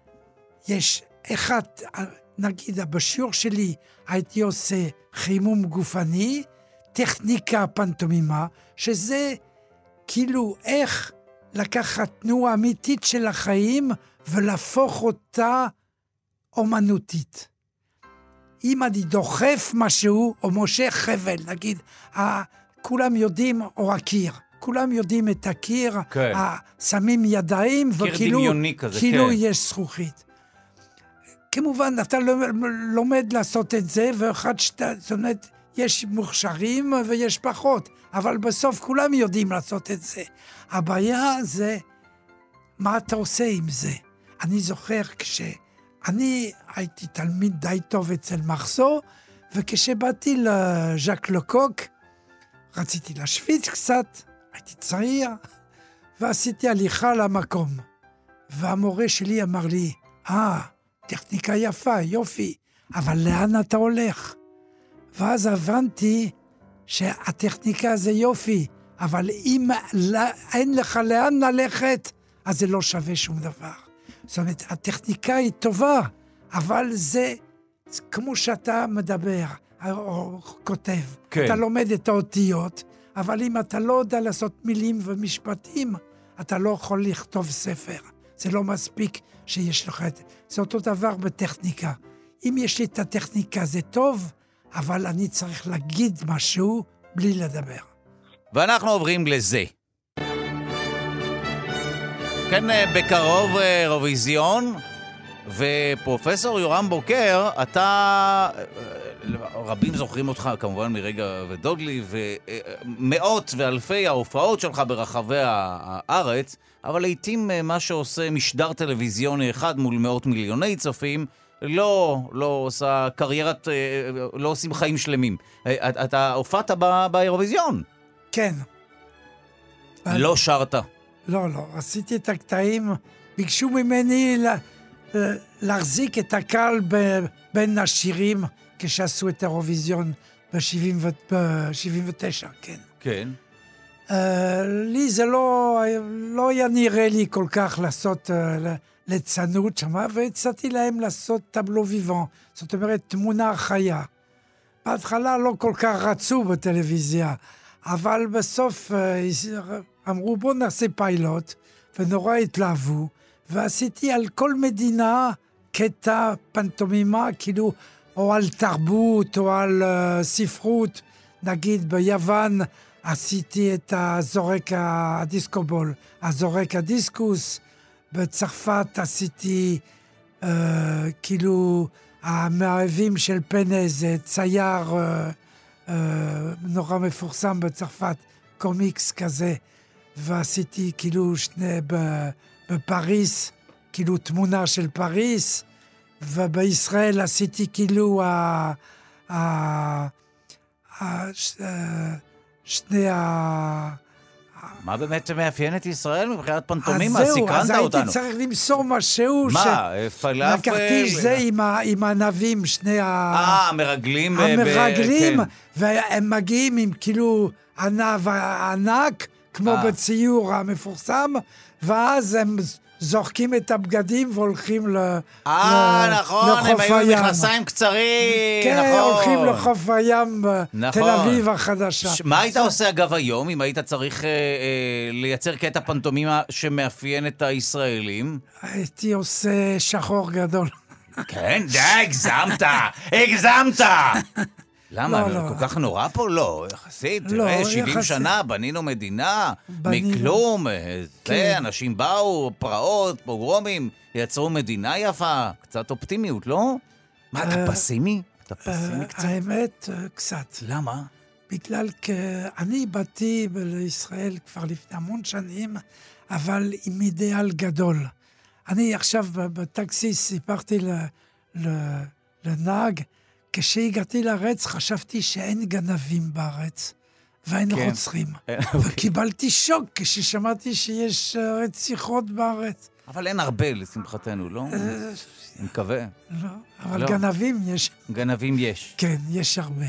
S3: יש אחד, נגיד בשיעור שלי הייתי עושה חימום גופני, טכניקה פנטומימה, שזה כאילו איך לקחת תנועה אמיתית של החיים ולהפוך אותה אומנותית. אם אני דוחף משהו או מושך חבל, נגיד, כולם יודעים, או הקיר, כולם יודעים את הקיר,
S2: כן.
S3: שמים ידיים,
S2: וכאילו דמיוני כזה,
S3: כאילו
S2: כן.
S3: יש זכוכית. כמובן, אתה לומד לעשות את זה, זאת אומרת, יש מוכשרים ויש פחות, אבל בסוף כולם יודעים לעשות את זה. הבעיה זה, מה אתה עושה עם זה? אני זוכר כשאני הייתי תלמיד די טוב אצל מחזור, וכשבאתי לז'אק לקוק, רציתי להשוויץ קצת, הייתי צעיר, ועשיתי הליכה למקום. והמורה שלי אמר לי, טכניקה יפה, יופי, אבל לאן אתה הולך? ואז הבנתי שהטכניקה זה יופי, אבל אם אין לך לאן ללכת, אז זה לא שווה שום דבר. זאת אומרת, הטכניקה היא טובה, אבל זה כמו שאתה מדבר או כותב. כן. אתה לומד את האותיות, אבל אם אתה לא יודע לעשות מילים ומשפטים, אתה לא יכול לכתוב ספר. זה לא מספיק שיש לך את זה. זה אותו דבר בטכניקה. אם יש לי את הטכניקה זה טוב, אבל אני צריך להגיד משהו בלי לדבר.
S2: ואנחנו עוברים לזה. כן, בקרוב אירוויזיון, ופרופסור יורם בוקר, אתה, רבים זוכרים אותך כמובן מרגע ודודלי, ומאות ואלפי ההופעות שלך ברחבי הארץ, אבל לעתים מה שעושה משדר טלוויזיוני אחד מול מאות מיליוני צופים, לא עושה קריירת, לא עושים חיים שלמים. אתה הופעת באירוויזיון?
S3: כן.
S2: לא שרת?
S3: לא, עשיתי את הקטעים, ביקשו ממני להחזיק את הקהל בין השירים כשעשו את האירוויזיון ב-79, כן.
S2: כן.
S3: לי זה לא היה נראה לי כל כך לעשות ליצנות שמה, והצעתי להם לעשות טבלו ויוון, זאת אומרת תמונה חיה. בהתחלה לא כל כך רצו בטלוויזיה, אבל בסוף אמרו בוא נעשה פיילוט, ונורא התלהבו, ועשיתי על כל מדינה קטע פנטומימה, כאילו, או על תרבות, או על ספרות, נגיד ביוון, עשיתי את הזורק הדיסקובול, הזורק הדיסקוס, בצרפת עשיתי כאילו המאהבים של פנז, צייר נורא מפורסם בצרפת, קומיקס כזה, ועשיתי כאילו בפריס, כאילו תמונה של פריס, ובישראל עשיתי כאילו שני
S2: מה באמת מאפיין את ישראל מבחינת פנטומימה? סקרנת אותנו.
S3: אז הייתי צריך למסור משהו
S2: פלאפל?
S3: לקחתי זה עם הענבים, שני
S2: המרגלים.
S3: המרגלים, והם מגיעים עם כאילו ענב ענק, כמו בציור המפורסם, ואז הם זורקים את הבגדים והולכים לחוף הים.
S2: נכון, הם היו מכנסיים קצרים,
S3: כן,
S2: נכון.
S3: הולכים לחוף הים
S2: נכון.
S3: תל אביב החדשה.
S2: מה היית עושה אגב היום, אם היית צריך לייצר קטע פנטומימה שמאפיין את הישראלים?
S3: הייתי עושה שחור גדול.
S2: כן, די, הגזמת! למה?
S3: לא.
S2: כל כך נורא פה? לא, יחסית,
S3: לא,
S2: תראה, 70
S3: יחסית.
S2: שנה, בנינו מדינה, מכלום,
S3: כן.
S2: אנשים באו, פרעות, פוגרומים, יצרו מדינה יפה, קצת אופטימיות, לא? מה, אתה פסימי? אתה פסימי קצת?
S3: האמת, קצת.
S2: למה?
S3: בגלל אני באתי לישראל כבר לפני המון שנים, אבל עם אידיאל גדול. אני עכשיו בטקסי סיפרתי לנהג, כשהגעתי לארץ חשבתי שאין גנבים בארץ, ואין רוצחים. וקיבלתי שוק כששמעתי שיש רציחות בארץ.
S2: אבל אין הרבה לשמחתנו, לא? אני מקווה.
S3: לא, אבל גנבים יש.
S2: גנבים יש.
S3: כן, יש הרבה.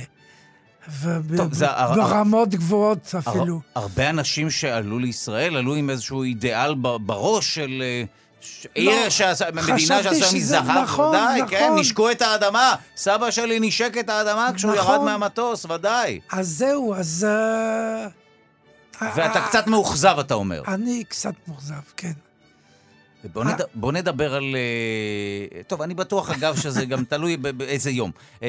S3: ברמות גבוהות אפילו.
S2: הרבה אנשים שעלו לישראל, עלו עם איזשהו אידיאל בראש של עיר, מדינה שעשה מזרח, ודאי, כן, נשקו את האדמה. סבא שלי נשק את האדמה כשהוא ירד מהמטוס, ודאי.
S3: אז זהו, אז...
S2: ואתה קצת מאוכזב, אתה אומר.
S3: אני קצת מאוכזב, כן.
S2: בוא נדבר על... טוב, אני בטוח אגב שזה גם תלוי באיזה יום.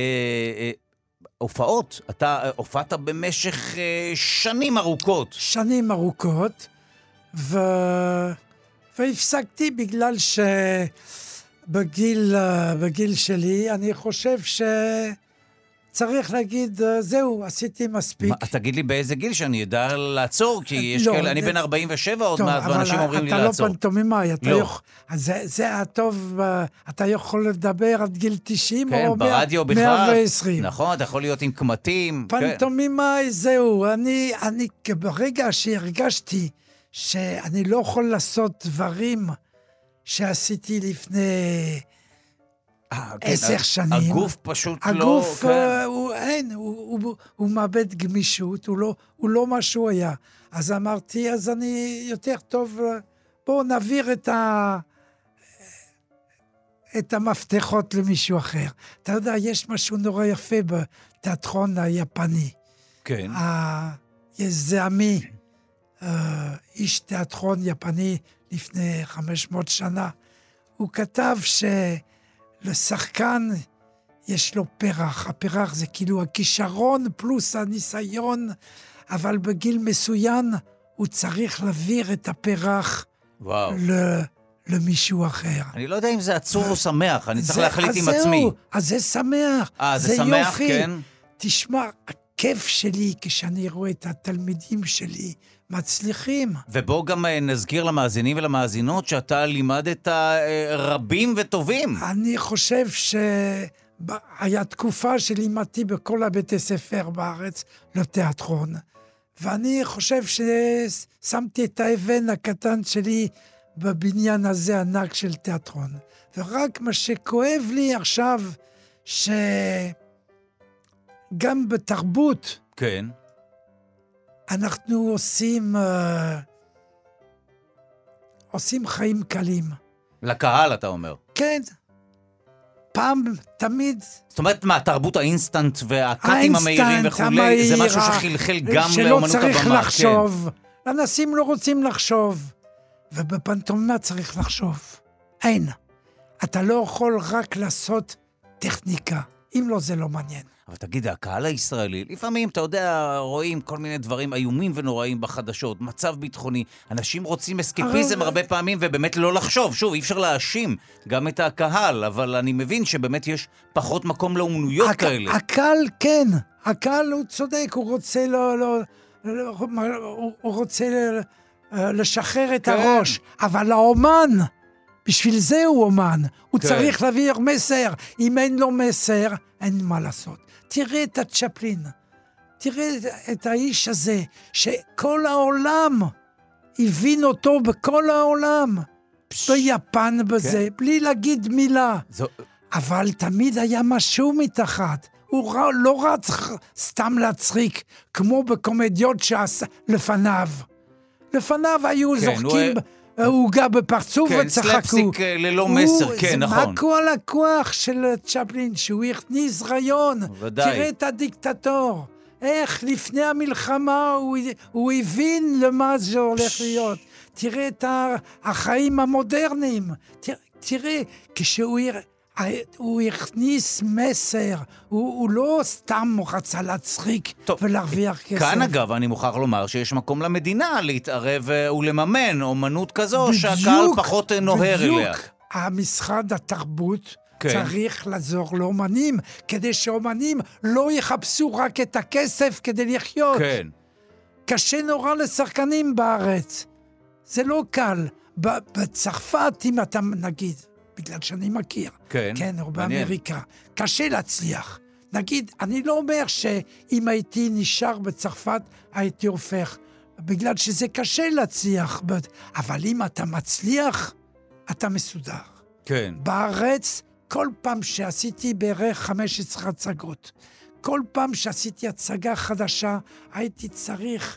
S2: הופעות, אתה הופעת במשך שנים ארוכות. שנים
S3: ארוכות, והפסקתי בגלל שבגיל שלי אני חושב שצריך להגיד, זהו, עשיתי מספיק.
S2: תגיד לי באיזה גיל שאני אדע לעצור, כי יש כאלה, אני בן 47 עוד מעט, ואנשים אומרים לי לעצור.
S3: אתה לא פנטומימאי, זה הטוב, אתה יכול לדבר עד גיל 90 או 120.
S2: נכון, אתה יכול להיות עם קמטים.
S3: פנטומימאי, זהו, אני ברגע שהרגשתי שאני לא יכול לעשות דברים שעשיתי לפני 10 שנים.
S2: הגוף פשוט לא...
S3: הגוף, הוא מאבד גמישות, הוא לא מה שהוא היה. אז אמרתי, אז אני יותר טוב, בואו נעביר את המפתחות למישהו אחר. אתה יודע, יש משהו נורא יפה בתיאטרון היפני.
S2: כן.
S3: יש זעמי, איש תיאטרון יפני לפני 500 שנה. הוא כתב לשחקן יש לו פרח. הפרח זה כאילו הכישרון פלוס הניסיון, אבל בגיל מסוים הוא צריך להעביר את הפרח למישהו אחר.
S2: אני לא יודע אם זה עצוב או שמח, אני צריך להחליט עם עצמי.
S3: אז זה שמח.
S2: זה שמח,
S3: יופי.
S2: כן.
S3: תשמע, הכיף שלי כשאני רואה את התלמידים שלי מצליחים.
S2: ובוא גם נזכיר למאזינים ולמאזינות שאתה לימדת רבים וטובים.
S3: אני חושב שהיה תקופה שלימדתי בכל הבתי ספר בארץ לתיאטרון, ואני חושב ששמתי את האבן הקטן שלי בבניין הזה ענק של תיאטרון. ורק מה שכואב לי עכשיו, שגם בתרבות,
S2: כן.
S3: אנחנו עושים חיים קלים.
S2: לקהל, אתה אומר.
S3: כן. פעם, תמיד...
S2: זאת אומרת, מה, תרבות האינסטנט והקאטים המהירים וכולי, זה משהו שחלחל גם לאמנות הבמה.
S3: שלא צריך לחשוב. כן. אנשים לא רוצים לחשוב. ובפנטומימה צריך לחשוב. אין. אתה לא יכול רק לעשות טכניקה. אם לא, זה לא מעניין.
S2: אבל תגיד, הקהל הישראלי, לפעמים, אתה יודע, רואים כל מיני דברים איומים ונוראים בחדשות, מצב ביטחוני, אנשים רוצים אסקפיזם הרבה פעמים, ובאמת לא לחשוב. שוב, אי אפשר להאשים גם את הקהל, אבל אני מבין שבאמת יש פחות מקום לאומנויות כאלה.
S3: הקהל, כן. הקהל הוא צודק, הוא רוצה לשחרר את הראש, אבל האומן, בשביל זה הוא אומן. הוא צריך להעביר מסר. אם אין לו מסר, אין מה לעשות. תראה את הצ'פלין. תראה את האיש הזה, שכל העולם הבין אותו בכל העולם. ביפן בזה, בלי להגיד מילה. אבל תמיד היה משהו מתחת. הוא לא רץ סתם להצחיק, כמו בקומדיות שעשה לפניו. לפניו היו
S2: כן,
S3: זורקים עוגה בפרצוף
S2: כן,
S3: וצחקו.
S2: סלפסיק ללא מסר, כן, נכון.
S3: מה כל הכוח של צ'פלין, שהוא הכניס רעיון.
S2: ודאי.
S3: תראה את הדיקטטור. איך לפני המלחמה הוא הבין למה זה הולך להיות. תראה את החיים המודרניים. תראה, הוא הכניס מסר, הוא לא סתם רצה להצחיק ולהרוויח כסף.
S2: כאן אגב אני מוכרח לומר שיש מקום למדינה להתערב ולממן אומנות כזו שהקהל פחות נוהר אליה.
S3: בדיוק, המשרד התרבות
S2: כן.
S3: צריך לעזור לאומנים, כדי שאומנים לא יחפשו רק את הכסף כדי לחיות.
S2: כן.
S3: קשה נורא לשחקנים בארץ. זה לא קל. בצרפת, אם אתה נגיד, בגלל שאני מכיר, כן, או באמריקה, קשה להצליח. נגיד, אני לא אומר שאם הייתי נשאר בצרפת, הייתי הופך, בגלל שזה קשה להצליח, אבל אם אתה מצליח, אתה מסודר.
S2: כן.
S3: בארץ, כל פעם שעשיתי בערך 15 הצגות, כל פעם שעשיתי הצגה חדשה, הייתי צריך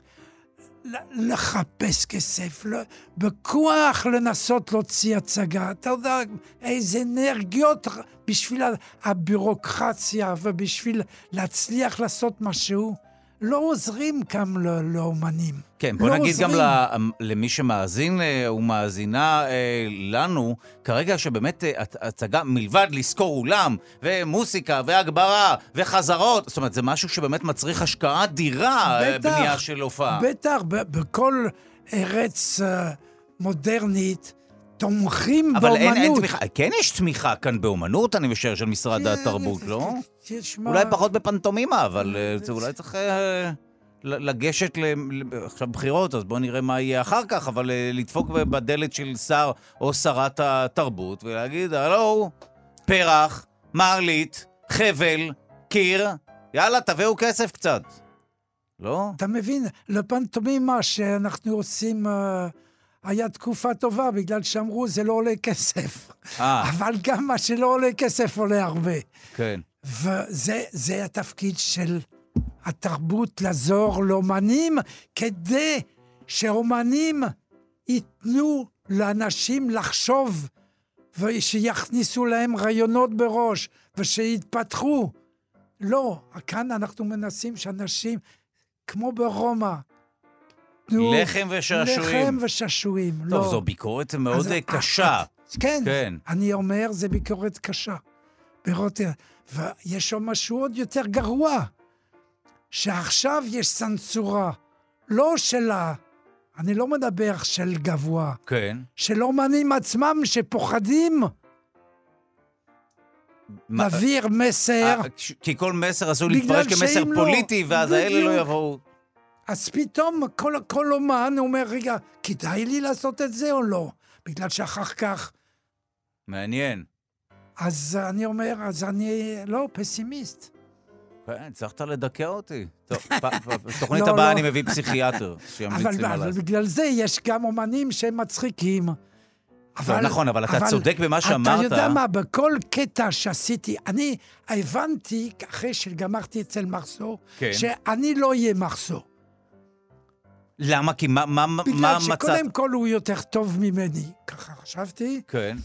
S3: לחפש כסף, בכוח לנסות להוציא הצגה. אתה יודע, איזה אנרגיות בשביל הבירוקרטיה ובשביל להצליח לעשות משהו, לא עוזרים כאן לאומנים.
S2: כן, בוא נגיד גם למי שמאזין ומאזינה לנו, כרגע שבאמת הצגה מלבד לזכור אולם ומוסיקה והגברה וחזרות, זאת אומרת, זה משהו שבאמת מצריך השקעה אדירה, בנייה של הופעה.
S3: בטח, בכל ארץ מודרנית, תומכים באומנות.
S2: אבל אין תמיכה, כן יש תמיכה כאן באומנות, אני משער, של משרד התרבות, לא? אולי פחות בפנטומימה, אבל זה אולי צריך לגשת עכשיו בחירות, אז בואו נראה מה יהיה אחר כך, אבל לדפוק בדלת של שר או שרת התרבות, ולהגיד, הלו, פרח, מעלית, חבל, קיר, יאללה, תביאו כסף קצת. לא?
S3: אתה מבין, לפנטומימה שאנחנו עושים... היה תקופה טובה, בגלל שאמרו, זה לא עולה כסף. אבל גם מה שלא עולה כסף עולה הרבה.
S2: כן.
S3: וזה התפקיד של התרבות לעזור לאומנים, כדי שאומנים ייתנו לאנשים לחשוב, ושיכניסו להם רעיונות בראש, ושיתפתחו. לא, כאן אנחנו מנסים שאנשים, כמו ברומא,
S2: לחם ושעשועים.
S3: לחם ושעשועים,
S2: טוב,
S3: לא.
S2: זו ביקורת מאוד קשה.
S3: כן, אני אומר, זה ביקורת קשה. ויש שם משהו עוד יותר גרוע, שעכשיו יש סנסורה, לא שלה, אני לא מדבר של גבוה,
S2: כן.
S3: של אומנים עצמם שפוחדים להעביר מסר.
S2: כי כל מסר עשוי להתפרש כמסר פוליטי, ואז האלה לא יבואו.
S3: אז פתאום כל אומן אומר, רגע, כדאי לי לעשות את זה או לא? בגלל שאחר כך...
S2: מעניין.
S3: אז אני אומר, אז אני לא פסימיסט.
S2: כן, צריכת לדכא אותי. טוב, תוכנית הבאה אני מביא פסיכיאטר שימליץ לי מה לעשות.
S3: אבל בגלל זה יש גם אומנים שהם מצחיקים.
S2: נכון, אבל אתה צודק במה שאמרת.
S3: אתה יודע מה, בכל קטע שעשיתי, אני הבנתי, אחרי שגמרתי אצל מחסור, שאני לא אהיה מחסור.
S2: למה? כי מה מצאת?
S3: בגלל שקודם כל הוא יותר טוב ממני, ככה חשבתי.
S2: כן.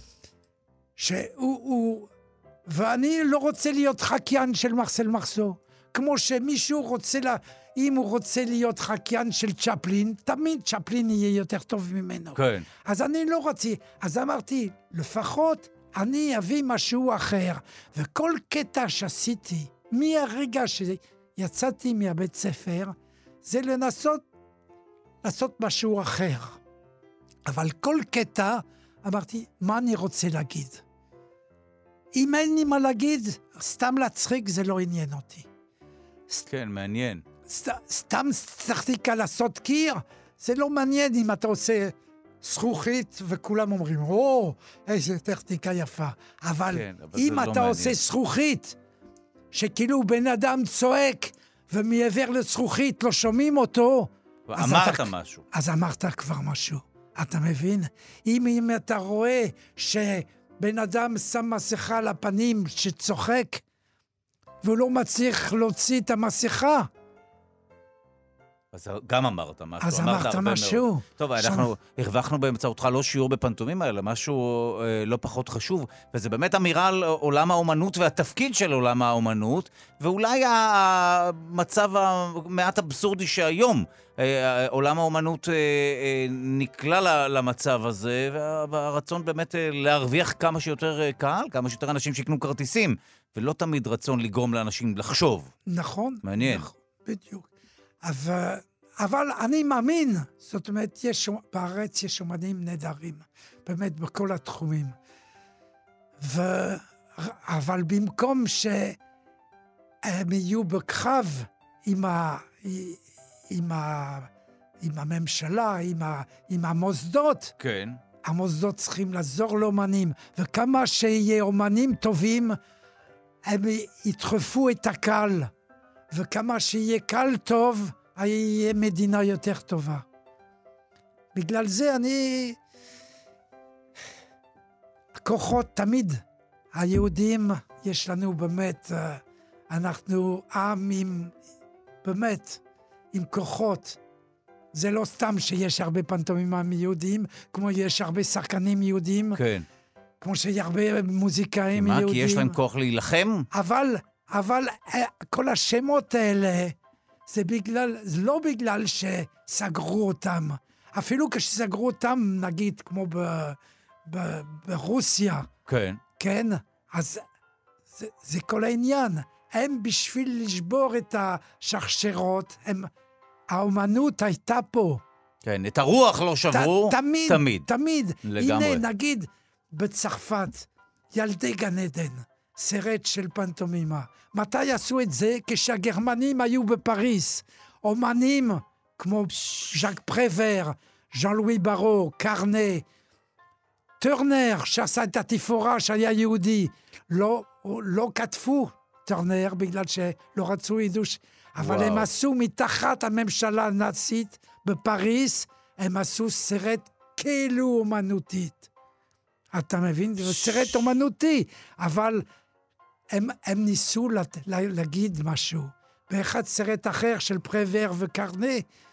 S3: ואני לא רוצה להיות חקיין של מרסל מרסו. כמו שמישהו רוצה, אם הוא רוצה להיות חקיין של צ'פלין, תמיד צ'פלין יהיה יותר טוב ממנו.
S2: כן.
S3: אז אני לא רציתי. אז אמרתי, לפחות אני אביא משהו אחר. וכל קטע שעשיתי, מהרגע שיצאתי מהבית ספר, זה לנסות לעשות משהו אחר. אבל כל קטע, אמרתי, מה אני רוצה להגיד? אם אין לי מה להגיד, סתם להצחיק זה לא עניין אותי.
S2: כן, מעניין.
S3: סתם טכניקה לעשות קיר, זה לא מעניין אם אתה עושה זכוכית וכולם אומרים, איזה טכניקה יפה. אבל אם אתה עושה זכוכית, שכאילו בן אדם צועק, ומעבר לזכוכית לא שומעים אותו,
S2: אמרת משהו.
S3: אז אמרת כבר משהו. אתה מבין? אם אתה רואה שבן אדם שם מסכה על הפנים שצוחק, והוא לא מצליח להוציא את המסכה,
S2: אז גם אמרת משהו.
S3: אז אמרת משהו.
S2: טוב, אנחנו הרווחנו באמצעותך לא שיעור בפנטומימה, אלא משהו לא פחות חשוב, וזה באמת אמירה על עולם האומנות והתפקיד של עולם האומנות, ואולי המצב המעט אבסורדי שהיום עולם האומנות נקלע למצב הזה, והרצון באמת להרוויח כמה שיותר קהל, כמה שיותר אנשים שיקנו כרטיסים, ולא תמיד רצון לגרום לאנשים לחשוב.
S3: נכון.
S2: מעניין.
S3: נכון, בדיוק. אבל אני מאמין, זאת אומרת, בארץ יש אומנים נהדרים, באמת בכל התחומים. אבל במקום שהם יהיו בקרב עם הממשלה, עם המוסדות,
S2: כן.
S3: המוסדות צריכים לעזור לאומנים, וכמה שיהיה אומנים טובים, הם ידחפו את הקהל, וכמה שיהיה קהל טוב, יהיה מדינה יותר טובה. בגלל זה הכוחות תמיד, היהודים, יש לנו באמת, אנחנו עם באמת, עם כוחות. זה לא סתם שיש הרבה פנטומימה יהודים, כמו יש הרבה שחקנים יהודים, כן. כמו שיש הרבה מוזיקאים יהודים.
S2: כי יש להם כוח להילחם?
S3: אבל כל השמות האלה, זה לא בגלל שסגרו אותם. אפילו כשסגרו אותם, נגיד, כמו ברוסיה.
S2: כן.
S3: כן? אז זה כל העניין. הם בשביל לשבור את השכשרות, האומנות הייתה פה.
S2: כן, את הרוח לא שברו.
S3: תמיד.
S2: לגמרי.
S3: הנה, נגיד, בצרפת, ילדי גן עדן, סרט של פנטומימה. מתי עשו את זה? כשהגרמנים היו בפריס. אומנים כמו ז'אק פרוור, ז'אן לואי ברו, קרנה, טרנר, שעשה את התפאורה שהיה יהודי. לא כתבו טרנר בגלל שלא רצו יידוש, אבל הם עשו מתחת הממשלה הנאצית בפריס, הם עשו סרט כאילו אומנותית. אתה מבין? זה סרט אומנותי, אבל הם ניסו להגיד משהו. באחד סרט אחר של פרוור וקרנה,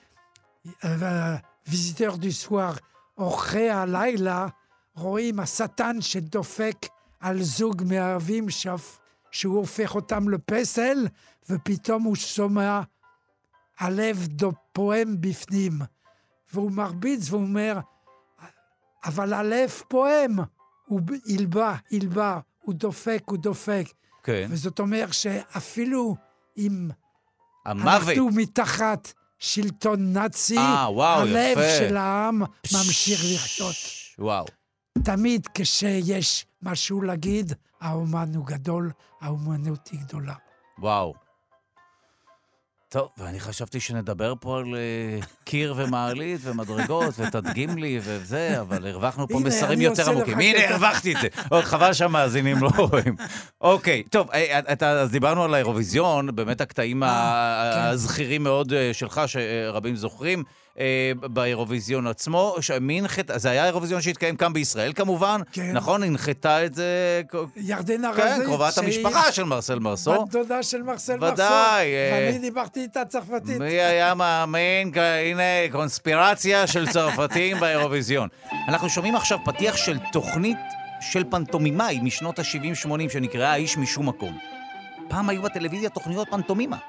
S3: ויזיטר דו סואר, אורחי הלילה, רואים השטן שדופק על זוג מאהבים שהוא הופך אותם לפסל, ופתאום הוא שומע הלב פועם בפנים. והוא מרביץ והוא אומר, אבל הלב פועם, הוא ילבא, הוא דופק.
S2: כן.
S3: וזאת אומרת שאפילו אם
S2: המוות.
S3: אנחנו מתחת שלטון נאצי, הלב של העם ממשיך לחיות.
S2: וואו.
S3: תמיד כשיש משהו להגיד, האומן הוא גדול, האומנות היא גדולה.
S2: וואו. טוב, ואני חשבתי שנדבר פה על קיר ומעלית ומדרגות ותדגים לי וזה, אבל הרווחנו פה מסרים יותר עמוקים. הנה, הרווחתי את זה. חבל שהמאזינים לא רואים. אוקיי, טוב, אז דיברנו על האירוויזיון, באמת הקטעים הזכירים מאוד שלך, שרבים זוכרים, באירוויזיון עצמו, זה היה אירוויזיון שהתקיים כאן בישראל כמובן, נכון? הנחתה את זה
S3: ירדנה רזית,
S2: כן, קרובת המשפחה של מרסל מרסו.
S3: בת דודה של מרסל מרסו.
S2: ודאי.
S3: ואני דיברתי איתה צרפתית.
S2: מי היה מאמין, הנה קונספירציה של צרפתים באירוויזיון. אנחנו שומעים עכשיו פתיח של תוכנית של פנטומימאי משנות ה-70-80 שנקראה האיש משום מקום. פעם היו בטלוויזיה תוכניות פנטומימה.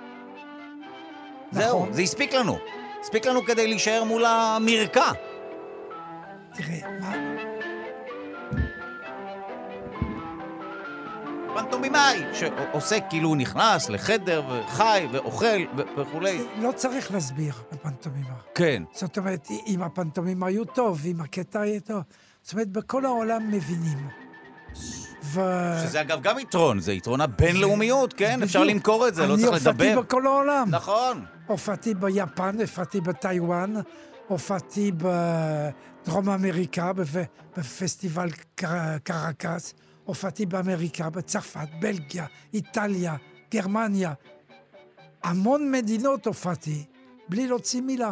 S2: זהו, זה הספיק לנו. הספיק לנו כדי להישאר מול המרקע.
S3: תראה, מה?
S2: פנטומימאי, שעושה כאילו הוא נכנס לחדר וחי ואוכל וכולי.
S3: לא צריך להסביר בפנטומימה.
S2: כן.
S3: זאת אומרת, אם הפנטומימה היו טוב, אם הקטע יהיה טוב. זאת אומרת, בכל העולם מבינים.
S2: שזה אגב גם יתרון, זה יתרון הבינלאומיות, כן? אפשר למכור את זה, לא צריך לדבר.
S3: אני הופעתי בכל העולם.
S2: נכון.
S3: הופעתי ביפן, הופעתי בטיואן, הופעתי בדרום אמריקה, בפסטיבל קרקס, הופעתי באמריקה, בצרפת, בלגיה, איטליה, גרמניה. המון מדינות הופעתי, בלי להוציא מילה.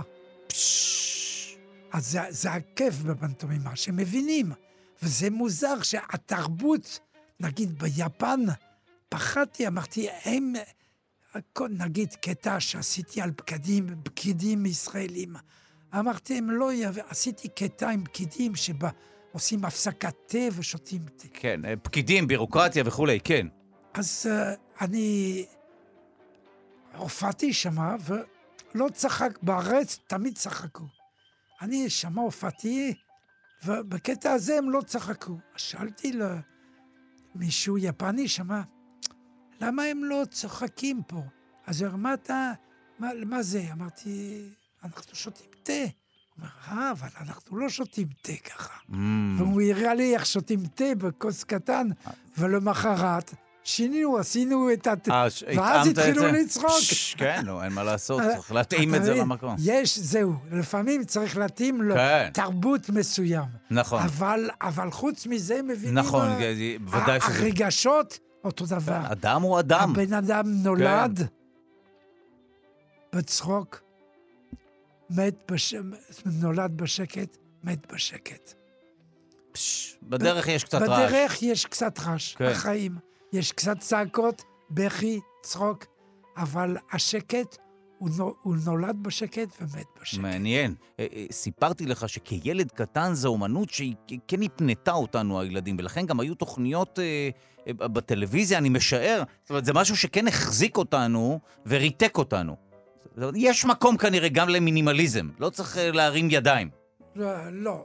S3: אז זה הכיף בפנטומימה, שמבינים. וזה מוזר שהתרבות, נגיד ביפן, פחדתי, אמרתי, הם נגיד קטע שעשיתי על פקידים ישראלים. אמרתי, הם לא עשיתי קטע עם פקידים עושים הפסקת תה ושותים תה.
S2: כן, פקידים, בירוקרטיה וכולי, כן.
S3: אז אני הופעתי שמה, ולא צחק, בארץ תמיד צחקו. אני שמה הופעתי, ובקטע הזה הם לא צחקו. שאלתי למישהו יפני שמה, למה הם לא צוחקים פה? אז הוא אמר, מה זה? אמרתי, אנחנו שותים תה. הוא אומר, אבל אנחנו לא שותים תה ככה. והוא הראה לי איך שותים תה בכוס קטן, ולמחרת שינינו, עשינו את ואז התחילו לצחוק.
S2: כן, לא, אין מה לעשות, צריך להתאים את זה למקום.
S3: זהו, לפעמים צריך להתאים לתרבות מסוים.
S2: נכון.
S3: אבל חוץ מזה מבינים,
S2: נכון, ודאי שזה.
S3: הרגשות, אותו דבר.
S2: אדם הוא אדם.
S3: הבן אדם נולד בצחוק, נולד בשקט, מת בשקט.
S2: בדרך יש קצת רעש.
S3: בדרך יש קצת רעש, החיים. יש קצת צעקות, בכי, צחוק, אבל השקט, הוא נולד בשקט ומת בשקט.
S2: מעניין. סיפרתי לך שכילד קטן זו אומנות שהיא כן הפנתה אותנו, הילדים, ולכן גם היו תוכניות בטלוויזיה, אני משער. זאת אומרת, זה משהו שכן החזיק אותנו וריתק אותנו. יש מקום כנראה גם למינימליזם, לא צריך להרים ידיים.
S3: לא.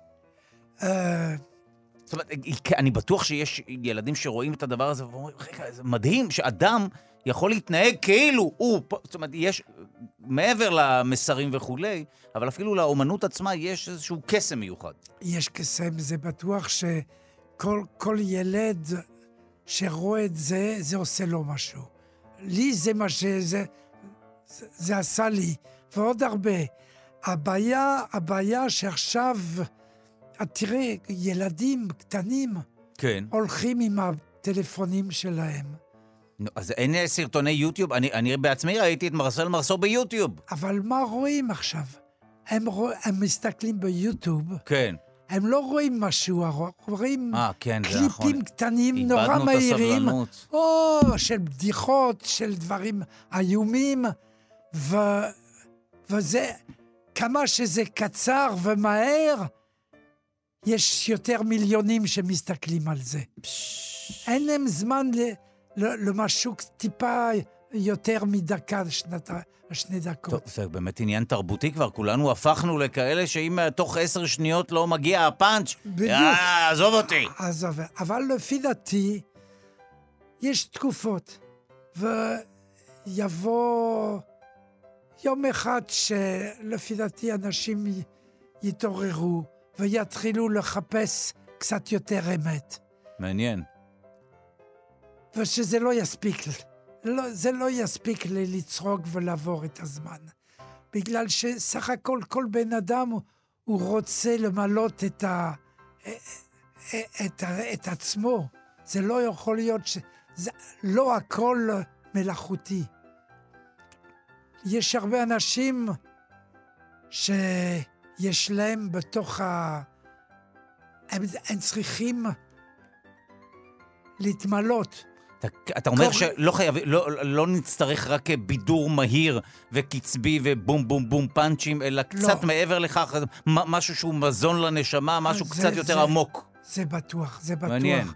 S2: זאת אומרת, אני בטוח שיש ילדים שרואים את הדבר הזה ואומרים, רגע, זה מדהים שאדם יכול להתנהג כאילו הוא, זאת אומרת, יש מעבר למסרים וכולי, אבל אפילו לאומנות עצמה יש איזשהו קסם מיוחד. יש
S3: קסם, זה בטוח שכל ילד שרואה את זה, זה עושה לו משהו. לי זה מה זה עשה לי, ועוד הרבה. הבעיה שעכשיו, תראה, ילדים קטנים, כן. הולכים עם הטלפונים שלהם.
S2: אז אין סרטוני יוטיוב? אני בעצמי ראיתי את מרסל מרסו ביוטיוב.
S3: אבל מה רואים עכשיו? הם מסתכלים ביוטיוב. כן. הם לא רואים משהו, רואים
S2: כן,
S3: קליפים נכון. קטנים נורא מהירים. או של בדיחות, של דברים איומים. וזה, כמה שזה קצר ומהר, יש יותר מיליונים שמסתכלים על זה. אין להם זמן למשהו טיפה יותר מדקה, שני דקות.
S2: טוב, זה באמת עניין תרבותי כבר, כולנו הפכנו לכאלה שאם תוך 10 שניות לא מגיע הפאנץ', עזוב אותי.
S3: אבל לפי דעתי, יש תקופות, ויבוא יום אחד שלפי דעתי אנשים יתעוררו, ויתחילו לחפש קצת יותר אמת.
S2: מעניין.
S3: ושזה לא יספיק, זה לא יספיק לצחוק ולעבור את הזמן. בגלל שסך הכל, כל בן אדם הוא רוצה למלות את עצמו. זה לא יכול להיות זה לא הכל מלאכותי. יש הרבה אנשים שיש להם בתוך הם צריכים להתמלות.
S2: אתה אומר שלא חייב, לא נצטרך רק בידור מהיר וקצבי ובום בום בום פאנצ'ים, אלא קצת מעבר לכך, משהו שהוא מזון לנשמה, משהו קצת יותר עמוק.
S3: זה בטוח, זה בטוח.
S2: מעניין.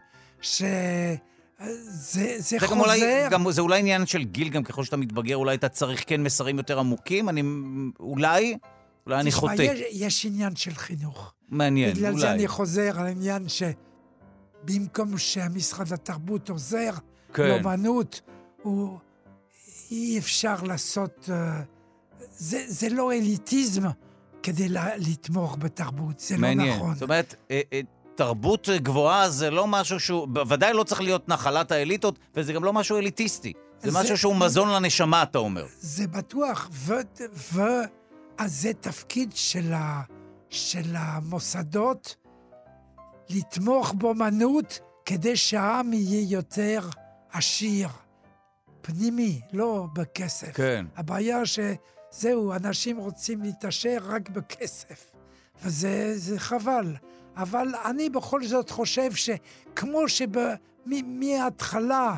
S3: זה חוזר.
S2: זה אולי עניין של גיל, גם ככל שאתה מתבגר, אולי אתה צריך כן מסרים יותר עמוקים, אולי אני חוטא.
S3: יש עניין של חינוך.
S2: מעניין,
S3: בגלל זה אני חוזר על העניין במקום שהמשרד התרבות עוזר, לאמנות, אי אפשר לעשות, זה לא אליטיזם כדי לתמוך בתרבות, זה לא נכון.
S2: זאת אומרת, תרבות גבוהה זה לא משהו שהוא, בוודאי לא צריך להיות נחלת האליטות, וזה גם לא משהו אליטיסטי. זה משהו שהוא מזון לנשמה, אתה אומר.
S3: זה בטוח, אז זה תפקיד של המוסדות, לתמוך באמנות כדי שהעם יהיה יותר עשיר, פנימי, לא בכסף.
S2: כן.
S3: הבעיה שזהו, אנשים רוצים להתעשר רק בכסף, וזה חבל. אבל אני בכל זאת חושב שכמו מההתחלה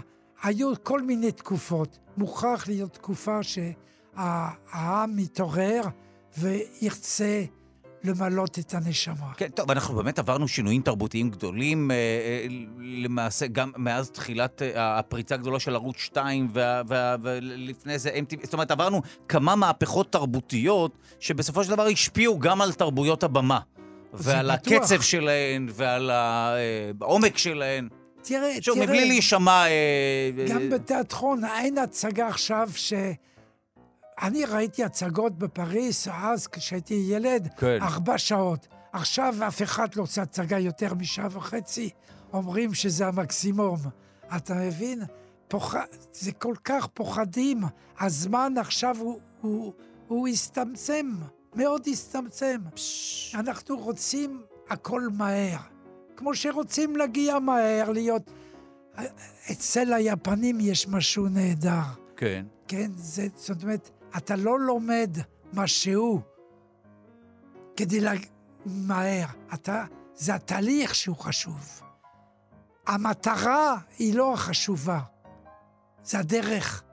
S3: היו כל מיני תקופות. מוכרח להיות תקופה שהעם מתעורר וירצה למלות את הנשמה.
S2: כן, טוב, אנחנו באמת עברנו שינויים תרבותיים גדולים, למעשה גם מאז תחילת הפריצה הגדולה של ערוץ 2 ולפני זה MTV, זאת אומרת, עברנו כמה מהפכות תרבותיות שבסופו של דבר השפיעו גם על תרבויות הבמה, ועל הקצב שלהן, ועל העומק שלהן.
S3: תראה.
S2: מבלי להישמע...
S3: גם בתיאטרון, אין הצגה עכשיו אני ראיתי הצגות בפריס, אז כשהייתי ילד, 4 שעות. עכשיו אף אחד לא עושה הצגה יותר מ1.5 שעה, אומרים שזה המקסימום. אתה מבין? זה כל כך פוחדים. הזמן עכשיו הוא הסתמצם, מאוד הסתמצם. אנחנו רוצים הכל מהר. כמו שרוצים להגיע מהר, להיות... אצל היפנים יש משהו נהדר.
S2: כן.
S3: כן, זאת אומרת, אתה לא לומד משהו כדי מהר. זה התהליך שהוא חשוב. המטרה היא לא החשובה. זה הדרך.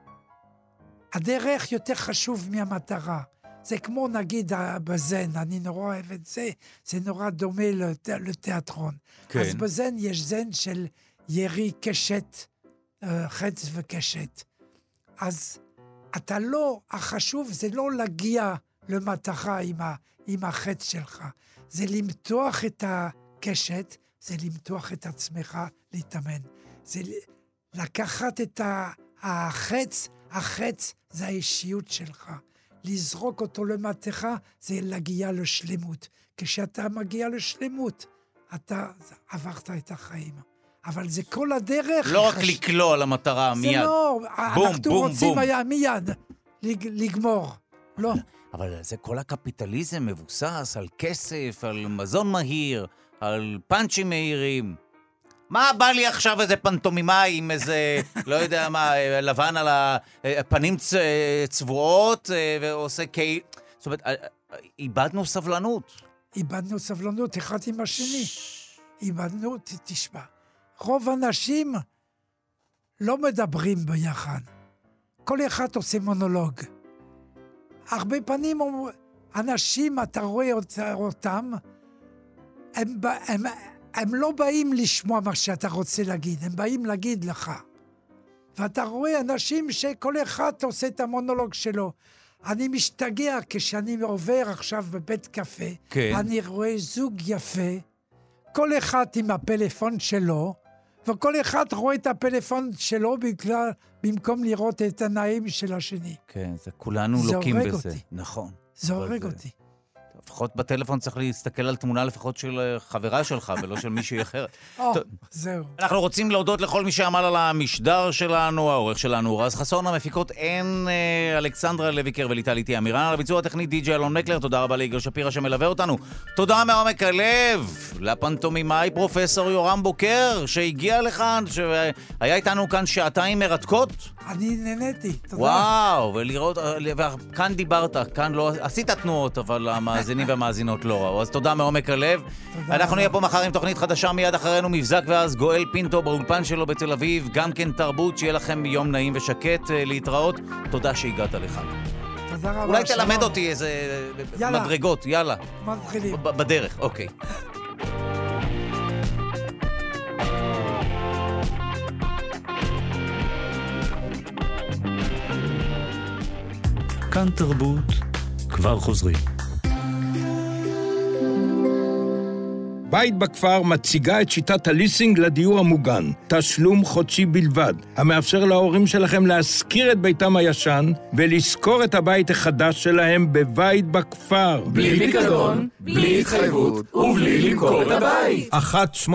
S3: הדרך יותר חשוב מהמטרה. זה כמו נגיד בזן, אני נורא אוהב את זה, זה נורא דומה לתיאטרון. כן. אז בזן יש זן של ירי קשת, חץ וקשת. אז אתה לא, החשוב זה לא להגיע למטרה עם החץ שלך, זה למתוח את הקשת, זה למתוח את עצמך להתאמן. זה לקחת את החץ, החץ זה האישיות שלך. לזרוק אותו למטרה זה להגיע לשלמות. כשאתה מגיע לשלמות, אתה עברת את החיים. אבל זה כל הדרך...
S2: לא רק לקלוע על המטרה מיד.
S3: זה לא, אנחנו רוצים היה מיד לגמור. לא.
S2: אבל זה כל הקפיטליזם מבוסס על כסף, על מזון מהיר, על פאנצ'ים מהירים. מה בא לי עכשיו איזה פנטומימאי עם איזה, לא יודע מה, לבן על הפנים צבועות ועושה קייל. זאת אומרת, איבדנו סבלנות.
S3: איבדנו סבלנות אחד עם השני. איבדנו, תשמע. רוב האנשים לא מדברים ביחד. כל אחד עושה מונולוג. הרבה פעמים אנשים, אתה רואה אותם, הם לא באים לשמוע מה שאתה רוצה להגיד, הם באים להגיד לך. ואתה רואה אנשים שכל אחד עושה את המונולוג שלו. אני משתגע כשאני עובר עכשיו בבית קפה, כן. אני רואה זוג יפה, כל אחד עם הפלאפון שלו, וכל אחד רואה את הפלאפון שלו במקום לראות את העיניים של השני.
S2: כן, זה כולנו לוקים בזה.
S3: אותי.
S2: נכון.
S3: זה הורג אותי.
S2: לפחות בטלפון צריך להסתכל על תמונה לפחות של חברה שלך, ולא של מישהי אחרת.
S3: זהו.
S2: אנחנו רוצים להודות לכל מי שעמל על המשדר שלנו, העורך שלנו רז חסון, המפיקות אין אלכסנדרה לויקר וליטל איתי אמירן, על הביצוע הטכני די.ג'י אלון מקלר, תודה רבה ליגאל שפירא שמלווה אותנו, תודה מעומק הלב לפנטומימאי פרופסור יורם בוקר, שהגיע לכאן, שהיה איתנו כאן 2 שעתיים מרתקות.
S3: אני נהניתי, תודה.
S2: וואו, ולראות, כאן דיברת, כאן לא, עשית תנועות, אבל המאזינים והמאזינות לא ראו. אז תודה מעומק הלב. אנחנו נהיה פה מחר עם תוכנית חדשה, מיד אחרינו מבזק, ואז גואל פינטו באולפן שלו בתל אביב, גם כן תרבות, שיהיה לכם יום נעים ושקט להתראות. תודה שהגעת לכאן.
S3: תודה רבה.
S2: אולי תלמד אותי איזה מדרגות, יאללה.
S3: מתחילים.
S2: בדרך, אוקיי.
S4: כאן תרבות, כבר חוזרים.
S5: בית בכפר מציגה את שיטת הליסינג לדיור המוגן, תשלום חודשי בלבד, המאפשר להורים שלכם להשכיר את ביתם הישן ולשכור את הבית החדש שלהם בבית בכפר.
S6: בלי פיקדון, בלי התחייבות ובלי למכור את הבית.
S5: 1-830-7070,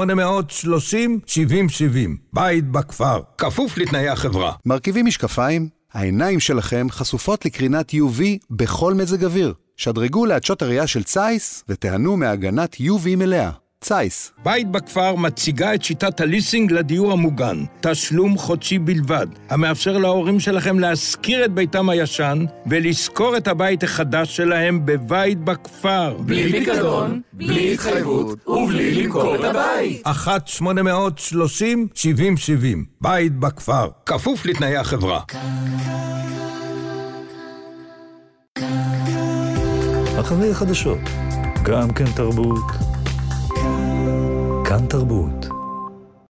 S5: בית בכפר, כפוף לתנאי החברה.
S7: מרכיבים משקפיים, העיניים שלכם חשופות לקרינת UV בכל מזג אוויר. שדרגו לעדשות הראייה של צייס ותיהנו מהגנת UV מלאה. צייס.
S5: בית בכפר מציגה את שיטת הליסינג לדיור המוגן, תשלום חודשי בלבד, המאפשר להורים שלכם להשכיר את ביתם הישן ולזכור את הבית החדש שלהם בבית בכפר.
S6: בלי פיקדון, בלי התחייבות ובלי למכור את הבית.
S5: 1-830-7070. בית בכפר, כפוף לתנאי החברה.
S4: אחרי החדשות, גם כן תרבות. כאן תרבות.